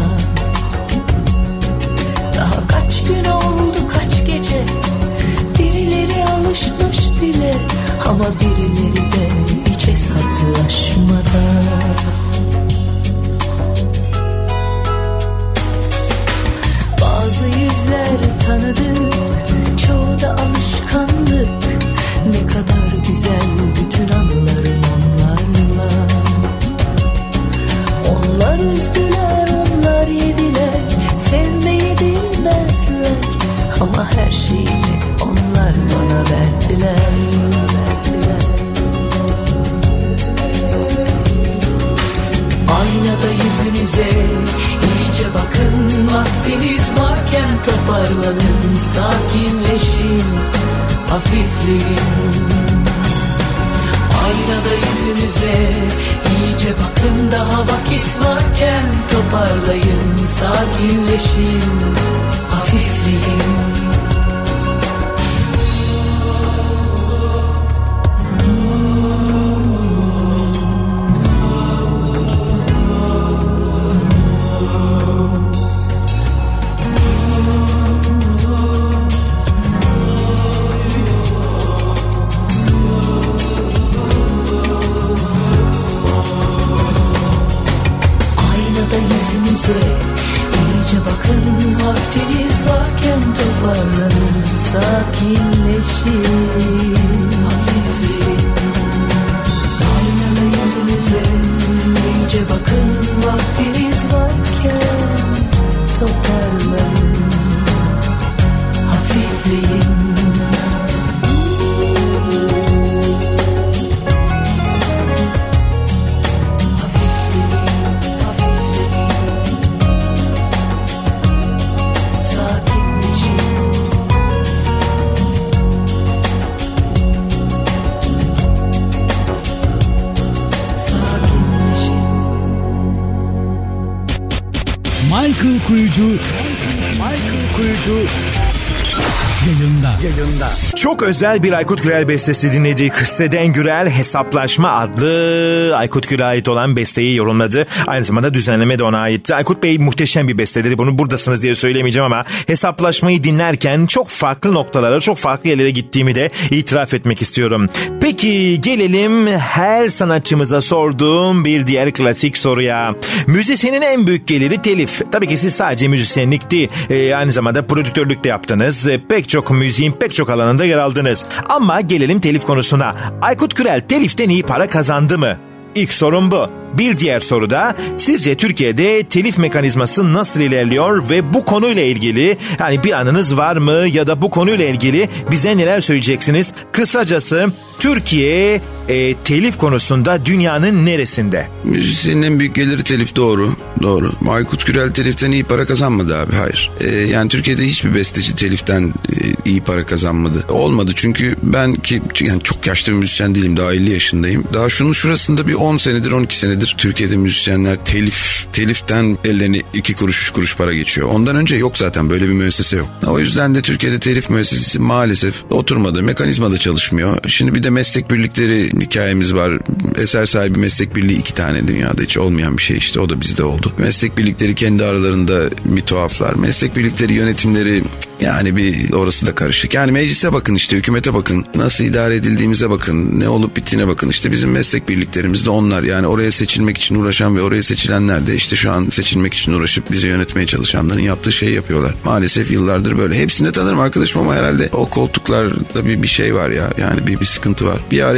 Daha kaç gün oldu, kaç gece, birileri alışmış bile ama birileri de hiç hesaplaşmadan. Bazı yüzler tanıdık, çoğu da alışkanlık. Ne kadar güzel bütün anılarım onlarla. Onlar üzdüler, onlar yediler, sevmeyi bilmezler ama her şeyi onlar bana verdiler. Aynada yüzünüze iyice bakın, vaktiniz varken toparlanın, sakinleşin, hafifleyin. Aynada yüzünüze iyice bakın, daha vakit varken toparlayın, sakinleşin, hafifleyin. İyice bakın, vaktiniz varken toparlanın, sakinleşin, hafifleyin. Aynada yüzünüze iyice bakın, vaktiniz varken toparlanın, hafifleyin. Michael Kuyucu Michael Kuyucu yayında. yayında. Çok özel bir Aykut Gürel bestesi dinledik. Seden Gürel Hesaplaşma adlı Aykut Gürel'e ait olan besteyi yorumladı. Aynı zamanda düzenleme de ona aitti. Aykut Bey muhteşem bir besteleri. Bunu buradasınız diye söylemeyeceğim ama Hesaplaşmayı dinlerken çok farklı noktalara, çok farklı yerlere gittiğimi de itiraf etmek istiyorum. Peki gelelim her sanatçımıza sorduğum bir diğer klasik soruya. Müzisyenin en büyük geliri telif. Tabii ki siz sadece müzisyenlik değil, e, aynı zamanda prodüktörlük de yaptınız. E, pek çok müziğin pek çok alanında yer aldınız. Ama gelelim telif konusuna. Aykut Gürel teliften iyi para kazandı mı? İlk sorum bu. Bir diğer soru da sizce Türkiye'de telif mekanizması nasıl ilerliyor ve bu konuyla ilgili yani bir anınız var mı ya da bu konuyla ilgili bize neler söyleyeceksiniz? Kısacası Türkiye e, telif konusunda dünyanın neresinde? Müzisyenin en büyük geliri telif, doğru. Doğru. Aykut Gürel teliften iyi para kazanmadı abi, hayır. E, yani Türkiye'de hiçbir besteci teliften e, iyi para kazanmadı. Olmadı çünkü ben ki yani çok yaşlı bir müzisyen değilim, daha elli yaşındayım. Daha şunun şurasında bir on senedir on iki senedir Türkiye'de müzisyenler telif teliften ellerine iki kuruş üç kuruş para geçiyor. Ondan önce yok zaten, böyle bir müessese yok. O yüzden de Türkiye'de telif müessesesi maalesef oturmadı. Mekanizma da çalışmıyor. Şimdi bir de meslek birlikleri hikayemiz var. Eser sahibi meslek birliği iki tane, dünyada hiç olmayan bir şey işte. O da bizde oldu. Meslek birlikleri kendi aralarında bir tuhaflar. Meslek birlikleri yönetimleri yani bir orası da karışık. Yani meclise bakın, işte hükümete bakın. Nasıl idare edildiğimize bakın. Ne olup bittiğine bakın. İşte bizim meslek birliklerimiz de onlar. Yani oraya seçilmek için uğraşan ve oraya seçilenler de işte şu an seçilmek için uğraşıp bizi yönetmeye çalışanların yaptığı şeyi yapıyorlar. Maalesef yıllardır böyle. Hepsini tanırım arkadaşım ama herhalde o koltuklarda bir, bir şey var ya. Yani bir, bir sıkıntı var. Bir araya gelip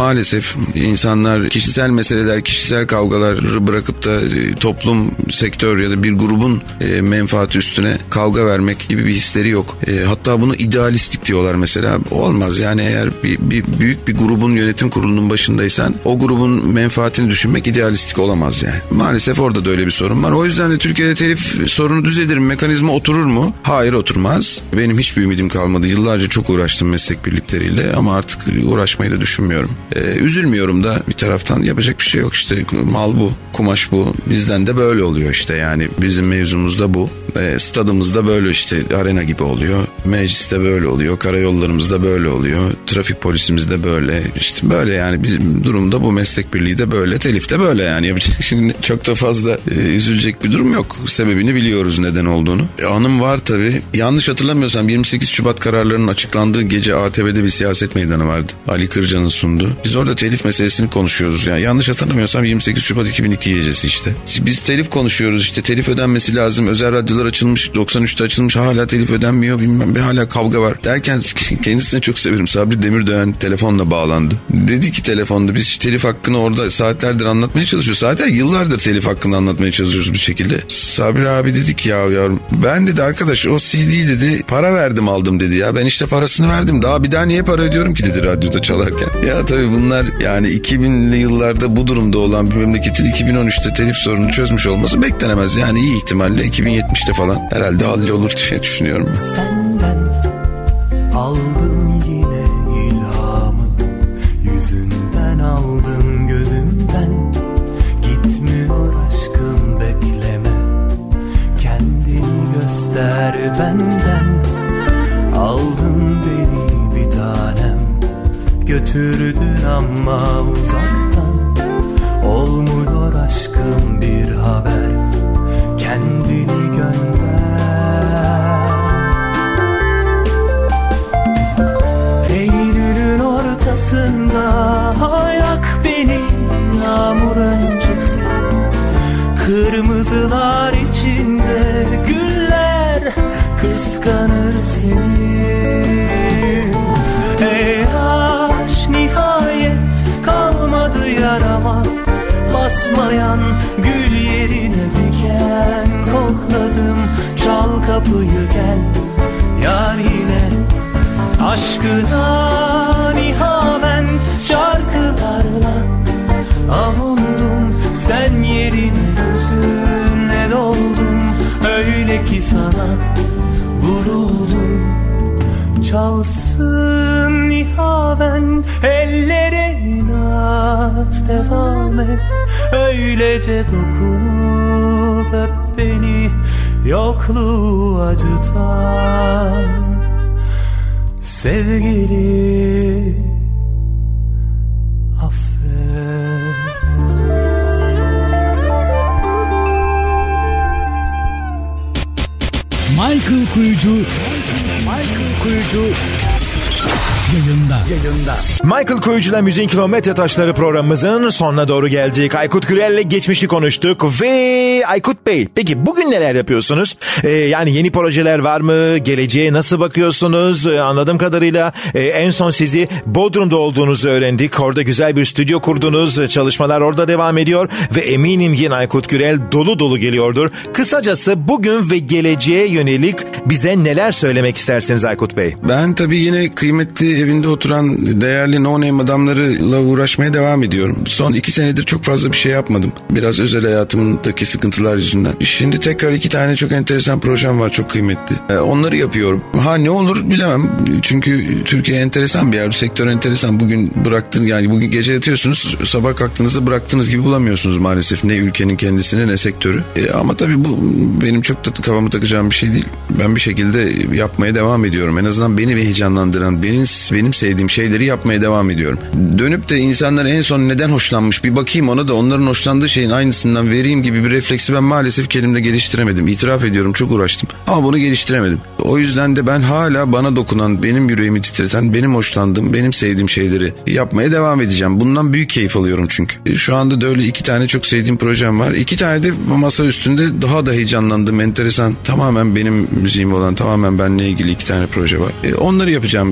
maalesef insanlar kişisel meseleler, kişisel kavgaları bırakıp da e, toplum, sektör ya da bir grubun e, menfaati üstüne kavga vermek gibi bir hisleri yok. E, hatta bunu idealistik diyorlar mesela. Olmaz yani, eğer bir, bir büyük bir grubun yönetim kurulunun başındaysan o grubun menfaatini düşünmek idealistik olamaz yani. Maalesef orada da öyle bir sorun var. O yüzden de Türkiye'de telif sorunu düzelir mi? Mekanizma oturur mu? Hayır, oturmaz. Benim hiçbir ümidim kalmadı. Yıllarca çok uğraştım meslek birlikleriyle ama artık uğraşmayı da düşünmüyorum. Ee, üzülmüyorum da bir taraftan, yapacak bir şey yok işte. Mal bu, kumaş bu. Bizden de böyle oluyor işte yani. Bizim mevzumuz da bu. Ee, stadımızda böyle işte, arena gibi oluyor. Mecliste böyle oluyor. Karayollarımızda böyle oluyor. Trafik polisimizde böyle. İşte böyle yani, bizim durumda bu, meslek birliği de böyle, telif de böyle yani. Şimdi çok da fazla e, üzülecek bir durum yok. Sebebini biliyoruz neden olduğunu. E, anım var tabii. Yanlış hatırlamıyorsam yirmi sekiz Şubat kararlarının açıklandığı gece A T V'de bir siyaset meydanı vardı. Ali Kırca'nın sunduğu. Biz orada telif meselesini konuşuyoruz. Yani yanlış hatırlamıyorsam yirmi sekiz Şubat iki bin iki gecesi işte. Biz telif konuşuyoruz işte, telif ödenmesi lazım. Özel radyolar açılmış, doksan üçte açılmış, hala telif ödenmiyor, bilmem, bir hala kavga var. Derken kendisini çok severim. Sabri Demirören telefonla bağlandı. Dedi ki telefonda, biz telif hakkını orada saatlerdir anlatmaya çalışıyoruz. Zaten yıllardır telif hakkını anlatmaya çalışıyoruz bir şekilde. Sabri abi dedik ya yavrum, ben dedi arkadaş o C D dedi para verdim aldım dedi ya, ben işte parasını verdim, daha bir daha niye para ödüyorum ki dedi radyoda çalarken. Ya tabii bunlar yani iki binli yıllarda bu durumda olan bir memleketin iki bin on üçte telif sorunu çözmüş olması beklenemez. Yani iyi ihtimalle iki bin yetmişte falan herhalde hallolur diye düşünüyorum. Senden aldım yine ilhamı, yüzünden aldım gözümden, gitmiyor aşkım bekleme, kendini göster benden. Aldın beni bir tanem, götürdün ama uzaktan, olmuyor aşkım bir haber, kendini gönder. Eylül'ün ortasında yak beni yağmur öncesi, kırmızılar içinde güller kıskanır seni. Ey aşk nihayet kalmadı yarama, basmayan gül yerine diken kokladım, çal kapıyı gel yar yine. Aşkına nihaven şarkılarla avundum, sen yerine gözüne doldum, öyle ki sana vuruldum. Çalsın nihaven ellere inat, devam et öylece dokunup öp beni yokluğu acıtan. Sevgili affet. Michael Kuyucu Michael Kuyucu Yayında. Yayında. Michael Kuyucu'la Müziğin Kilometre Taşları programımızın sonuna doğru geldik. Aykut Gürel'le geçmişi konuştuk ve Aykut Bey, peki bugün neler yapıyorsunuz? Ee, yani yeni projeler var mı? Geleceğe nasıl bakıyorsunuz? Ee, anladığım kadarıyla e, en son sizi Bodrum'da olduğunuzu öğrendik. Orada güzel bir stüdyo kurdunuz. Çalışmalar orada devam ediyor ve eminim yine Aykut Gürel dolu dolu geliyordur. Kısacası bugün ve geleceğe yönelik bize neler söylemek istersiniz Aykut Bey? Ben tabii yine kıymetli evinde oturan değerli no name adamlarla uğraşmaya devam ediyorum. Son iki senedir çok fazla bir şey yapmadım. Biraz özel hayatımdaki sıkıntılar yüzünden. Şimdi tekrar iki tane çok enteresan projem var, çok kıymetli. Ee, onları yapıyorum. Ha ne olur bilemem. Çünkü Türkiye enteresan bir yer. Bu sektör enteresan. Bugün bıraktın yani bugün gece yatıyorsunuz, sabah kalktığınızda bıraktığınız gibi bulamıyorsunuz maalesef. Ne ülkenin kendisini ne sektörü. Ee, ama tabii bu benim çok da kafamı takacağım bir şey değil. Ben bir şekilde yapmaya devam ediyorum. En azından beni heyecanlandıran, benim benim sevdiğim şeyleri yapmaya devam ediyorum. Dönüp de insanlar en son neden hoşlanmış bir bakayım ona da onların hoşlandığı şeyin aynısından vereyim gibi bir refleksi ben maalesef kendimde geliştiremedim. İtiraf ediyorum, çok uğraştım ama bunu geliştiremedim. O yüzden de ben hala bana dokunan, benim yüreğimi titreten, benim hoşlandığım, benim sevdiğim şeyleri yapmaya devam edeceğim. Bundan büyük keyif alıyorum çünkü. Şu anda da öyle iki tane çok sevdiğim projem var. İki tane de masa üstünde daha da heyecanlandığım, enteresan, tamamen benim müziğim olan, tamamen benimle ilgili iki tane proje var. Onları yapacağım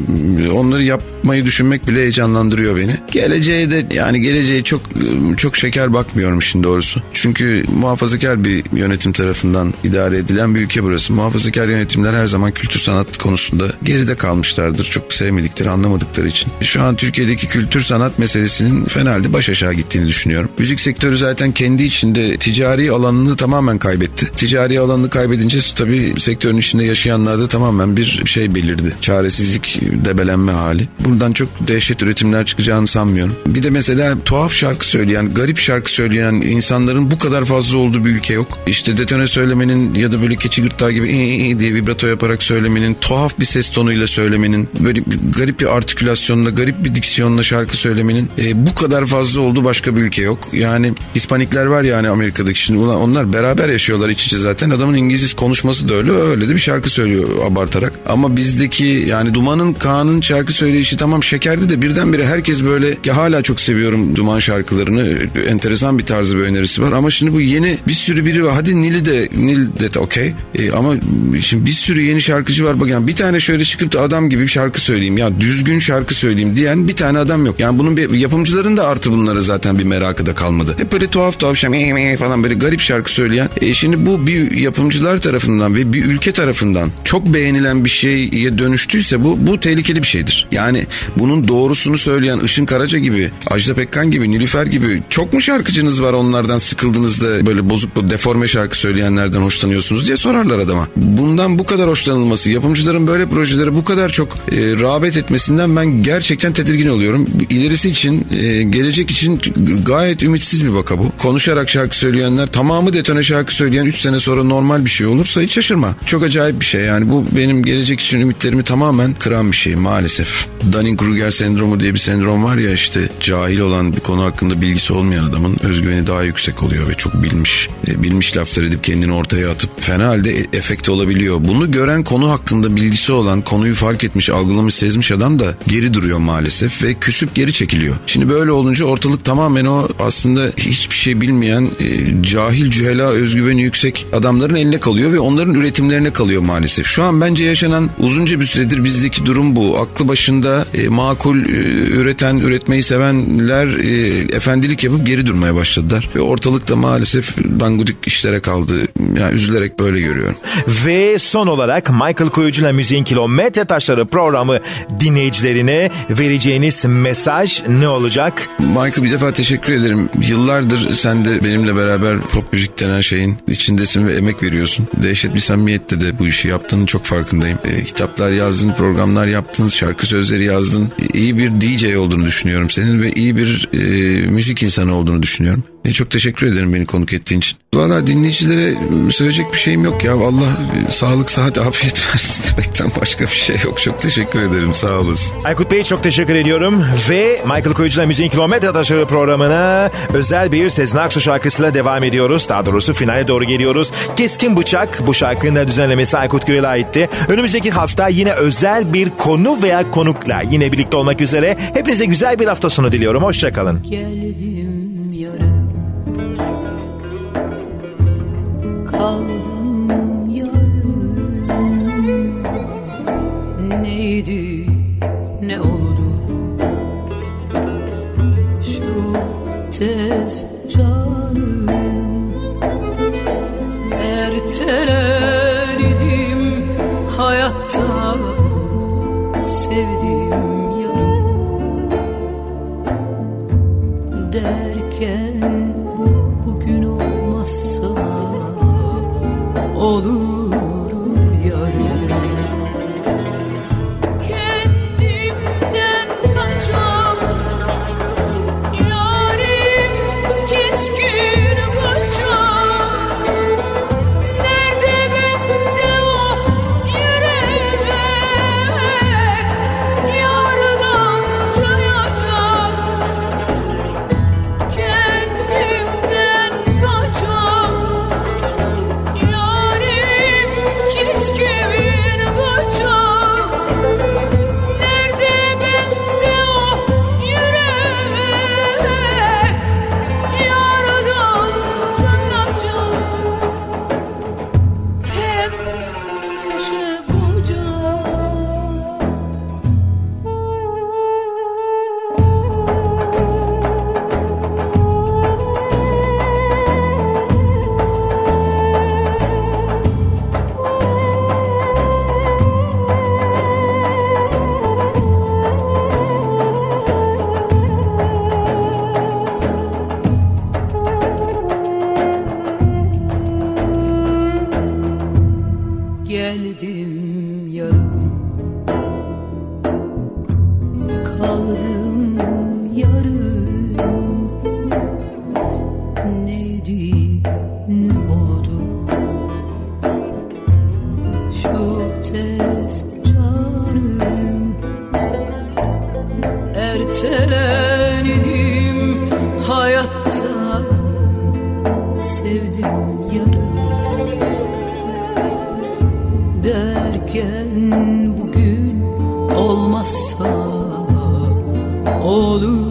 onları yapmayı düşünmek bile heyecanlandırıyor beni. Geleceğe de yani geleceğe çok çok şeker bakmıyorum işin doğrusu. Çünkü muhafazakar bir yönetim tarafından idare edilen bir ülke burası. Muhafazakar yönetimler her zaman kültür sanat konusunda geride kalmışlardır. Çok sevmedikleri, anlamadıkları için. Şu an Türkiye'deki kültür sanat meselesinin fena halde baş aşağı gittiğini düşünüyorum. Müzik sektörü zaten kendi içinde ticari alanını tamamen kaybetti. Ticari alanını kaybedince tabii sektörün içinde yaşayanlar da tamamen bir şey belirdi. Çaresizlik, debelenme hali. Buradan çok dehşet üretimler çıkacağını sanmıyorum. Bir de mesela tuhaf şarkı söyleyen, garip şarkı söyleyen insanların bu kadar fazla olduğu bir ülke yok. İşte detone söylemenin ya da böyle keçi gırtlağı gibi ee diye vibrato yaparak söylemenin, tuhaf bir ses tonuyla söylemenin, böyle garip bir artikülasyonla, garip bir diksiyonla şarkı söylemenin e, bu kadar fazla olduğu başka bir ülke yok. Yani Hispanikler var ya hani Amerika'daki, şimdi onlar beraber yaşıyorlar iç içe zaten. Adamın İngiliz konuşması da öyle, öyle de bir şarkı söylüyor abartarak. Ama bizdeki yani Duman'ın, Kaan'ın şarkı söyleyişi tamam şekerdi de birdenbire herkes böyle, ya hala çok seviyorum Duman şarkılarını. Enteresan bir tarzı bir önerisi var ama şimdi bu yeni bir sürü biri var. Hadi Nil'i de Nil de okey. E, ama şimdi bir sürü yeni şarkıcı var. Bak yani bir tane şöyle çıkıp da adam gibi bir şarkı söyleyeyim ya, düzgün şarkı söyleyeyim diyen bir tane adam yok. Yani bunun bir yapımcıların da artı bunlara zaten bir merakı da kalmadı. Hep böyle tuhaf tuhaf şey falan böyle garip şarkı söyleyen. E, şimdi bu bir yapımcılar tarafından ve bir ülke tarafından çok beğenilen bir şeye dönüştüyse bu bu tehlikeli bir şeydir. Yani bunun doğrusunu söyleyen Işın Karaca gibi, Ajda Pekkan gibi, Nilüfer gibi çok mu şarkıcınız var, onlardan sıkıldınız da böyle bozuk bu deforme şarkı söyleyenlerden hoşlanıyorsunuz diye sorarlar adama. Bundan bu kadar hoşlanılması, yapımcıların böyle projelere bu kadar çok e, rağbet etmesinden ben gerçekten tedirgin oluyorum. İlerisi için, e, gelecek için gayet ümitsiz bir vaka bu. Konuşarak şarkı söyleyenler, tamamı detone şarkı söyleyen üç sene sonra normal bir şey olursa hiç şaşırma. Çok acayip bir şey yani, bu benim gelecek için ümitlerimi tamamen kıran bir şey maalesef. Dunning-Kruger sendromu diye bir sendrom var ya, işte cahil olan bir konu hakkında bilgisi olmayan adamın özgüveni daha yüksek oluyor ve çok bilmiş, e, bilmiş laflar edip kendini ortaya atıp fena halde efekte olabiliyor. Bunu gören, konu hakkında bilgisi olan, konuyu fark etmiş, algılamış, sezmiş adam da geri duruyor maalesef ve küsüp geri çekiliyor. Şimdi böyle olunca ortalık tamamen o aslında hiçbir şey bilmeyen, e, cahil, cühela, özgüveni yüksek adamların eline kalıyor ve onların üretimlerine kalıyor maalesef. Şu an bence yaşanan uzunca bir süredir bizdeki durum bu. Aklı başında e, makul e, üreten, üretmeyi sevenler e, efendilik yapıp geri durmaya başladılar. Ve ortalıkta maalesef dangudik işlere kaldı. Yani üzülerek böyle görüyorum. Ve son olarak Michael Kuyucu'yla Müziğin Kilometre Taşları programı dinleyicilerine vereceğiniz mesaj ne olacak? Michael, bir defa teşekkür ederim. Yıllardır sen de benimle beraber pop müzik denen şeyin içindesin ve emek veriyorsun. Dehşet bir samimiyetle de bu işi yaptığının çok farkındayım. E, kitaplar yazdın, programlar yaptın, şarkı sözleri yazdın. E, iyi bir D J olduğunu düşünüyorum senin ve iyi bir e, müzik insanı olduğunu düşünüyorum. E, çok teşekkür ederim beni konuk ettiğin için. Valla dinleyicilere söyleyecek bir şeyim yok ya. Allah e, sağlık, sıhhat, afiyet versin demekten başka bir şey yok. Çok teşekkür ederim, sağ olasın. Aykut Bey, çok teşekkür ediyorum. Ve Michael Kuyucu'la Müziğin Kilometre Taşları programına özel bir Sezen Aksu şarkısıyla devam ediyoruz. Daha doğrusu finale doğru geliyoruz. Keskin Bıçak, bu şarkının da düzenlemesi Aykut Gürel'e aitti. Önümüzdeki hafta yine özel bir konu veya konukla yine birlikte olmak üzere. Hepinize güzel bir hafta sonu diliyorum. Hoşçakalın. Geldim yarım, kaldım yarım. Neydi, ne oldu şu tez canım? Erteledim hayatta sevdiğim yarım derken bugün olmazsa olur yarın. Kendimden kaçam yarim, keskin bıçak. Nerede bende o yürek, yardan cayacak. Kendimden kaçam yarim, geldim yarım, kaldım yarım. Neydi, ne oldu şu tez çağrım? Ertelenedim hayatta, sevdim yarım derken bugün olmazsa olur.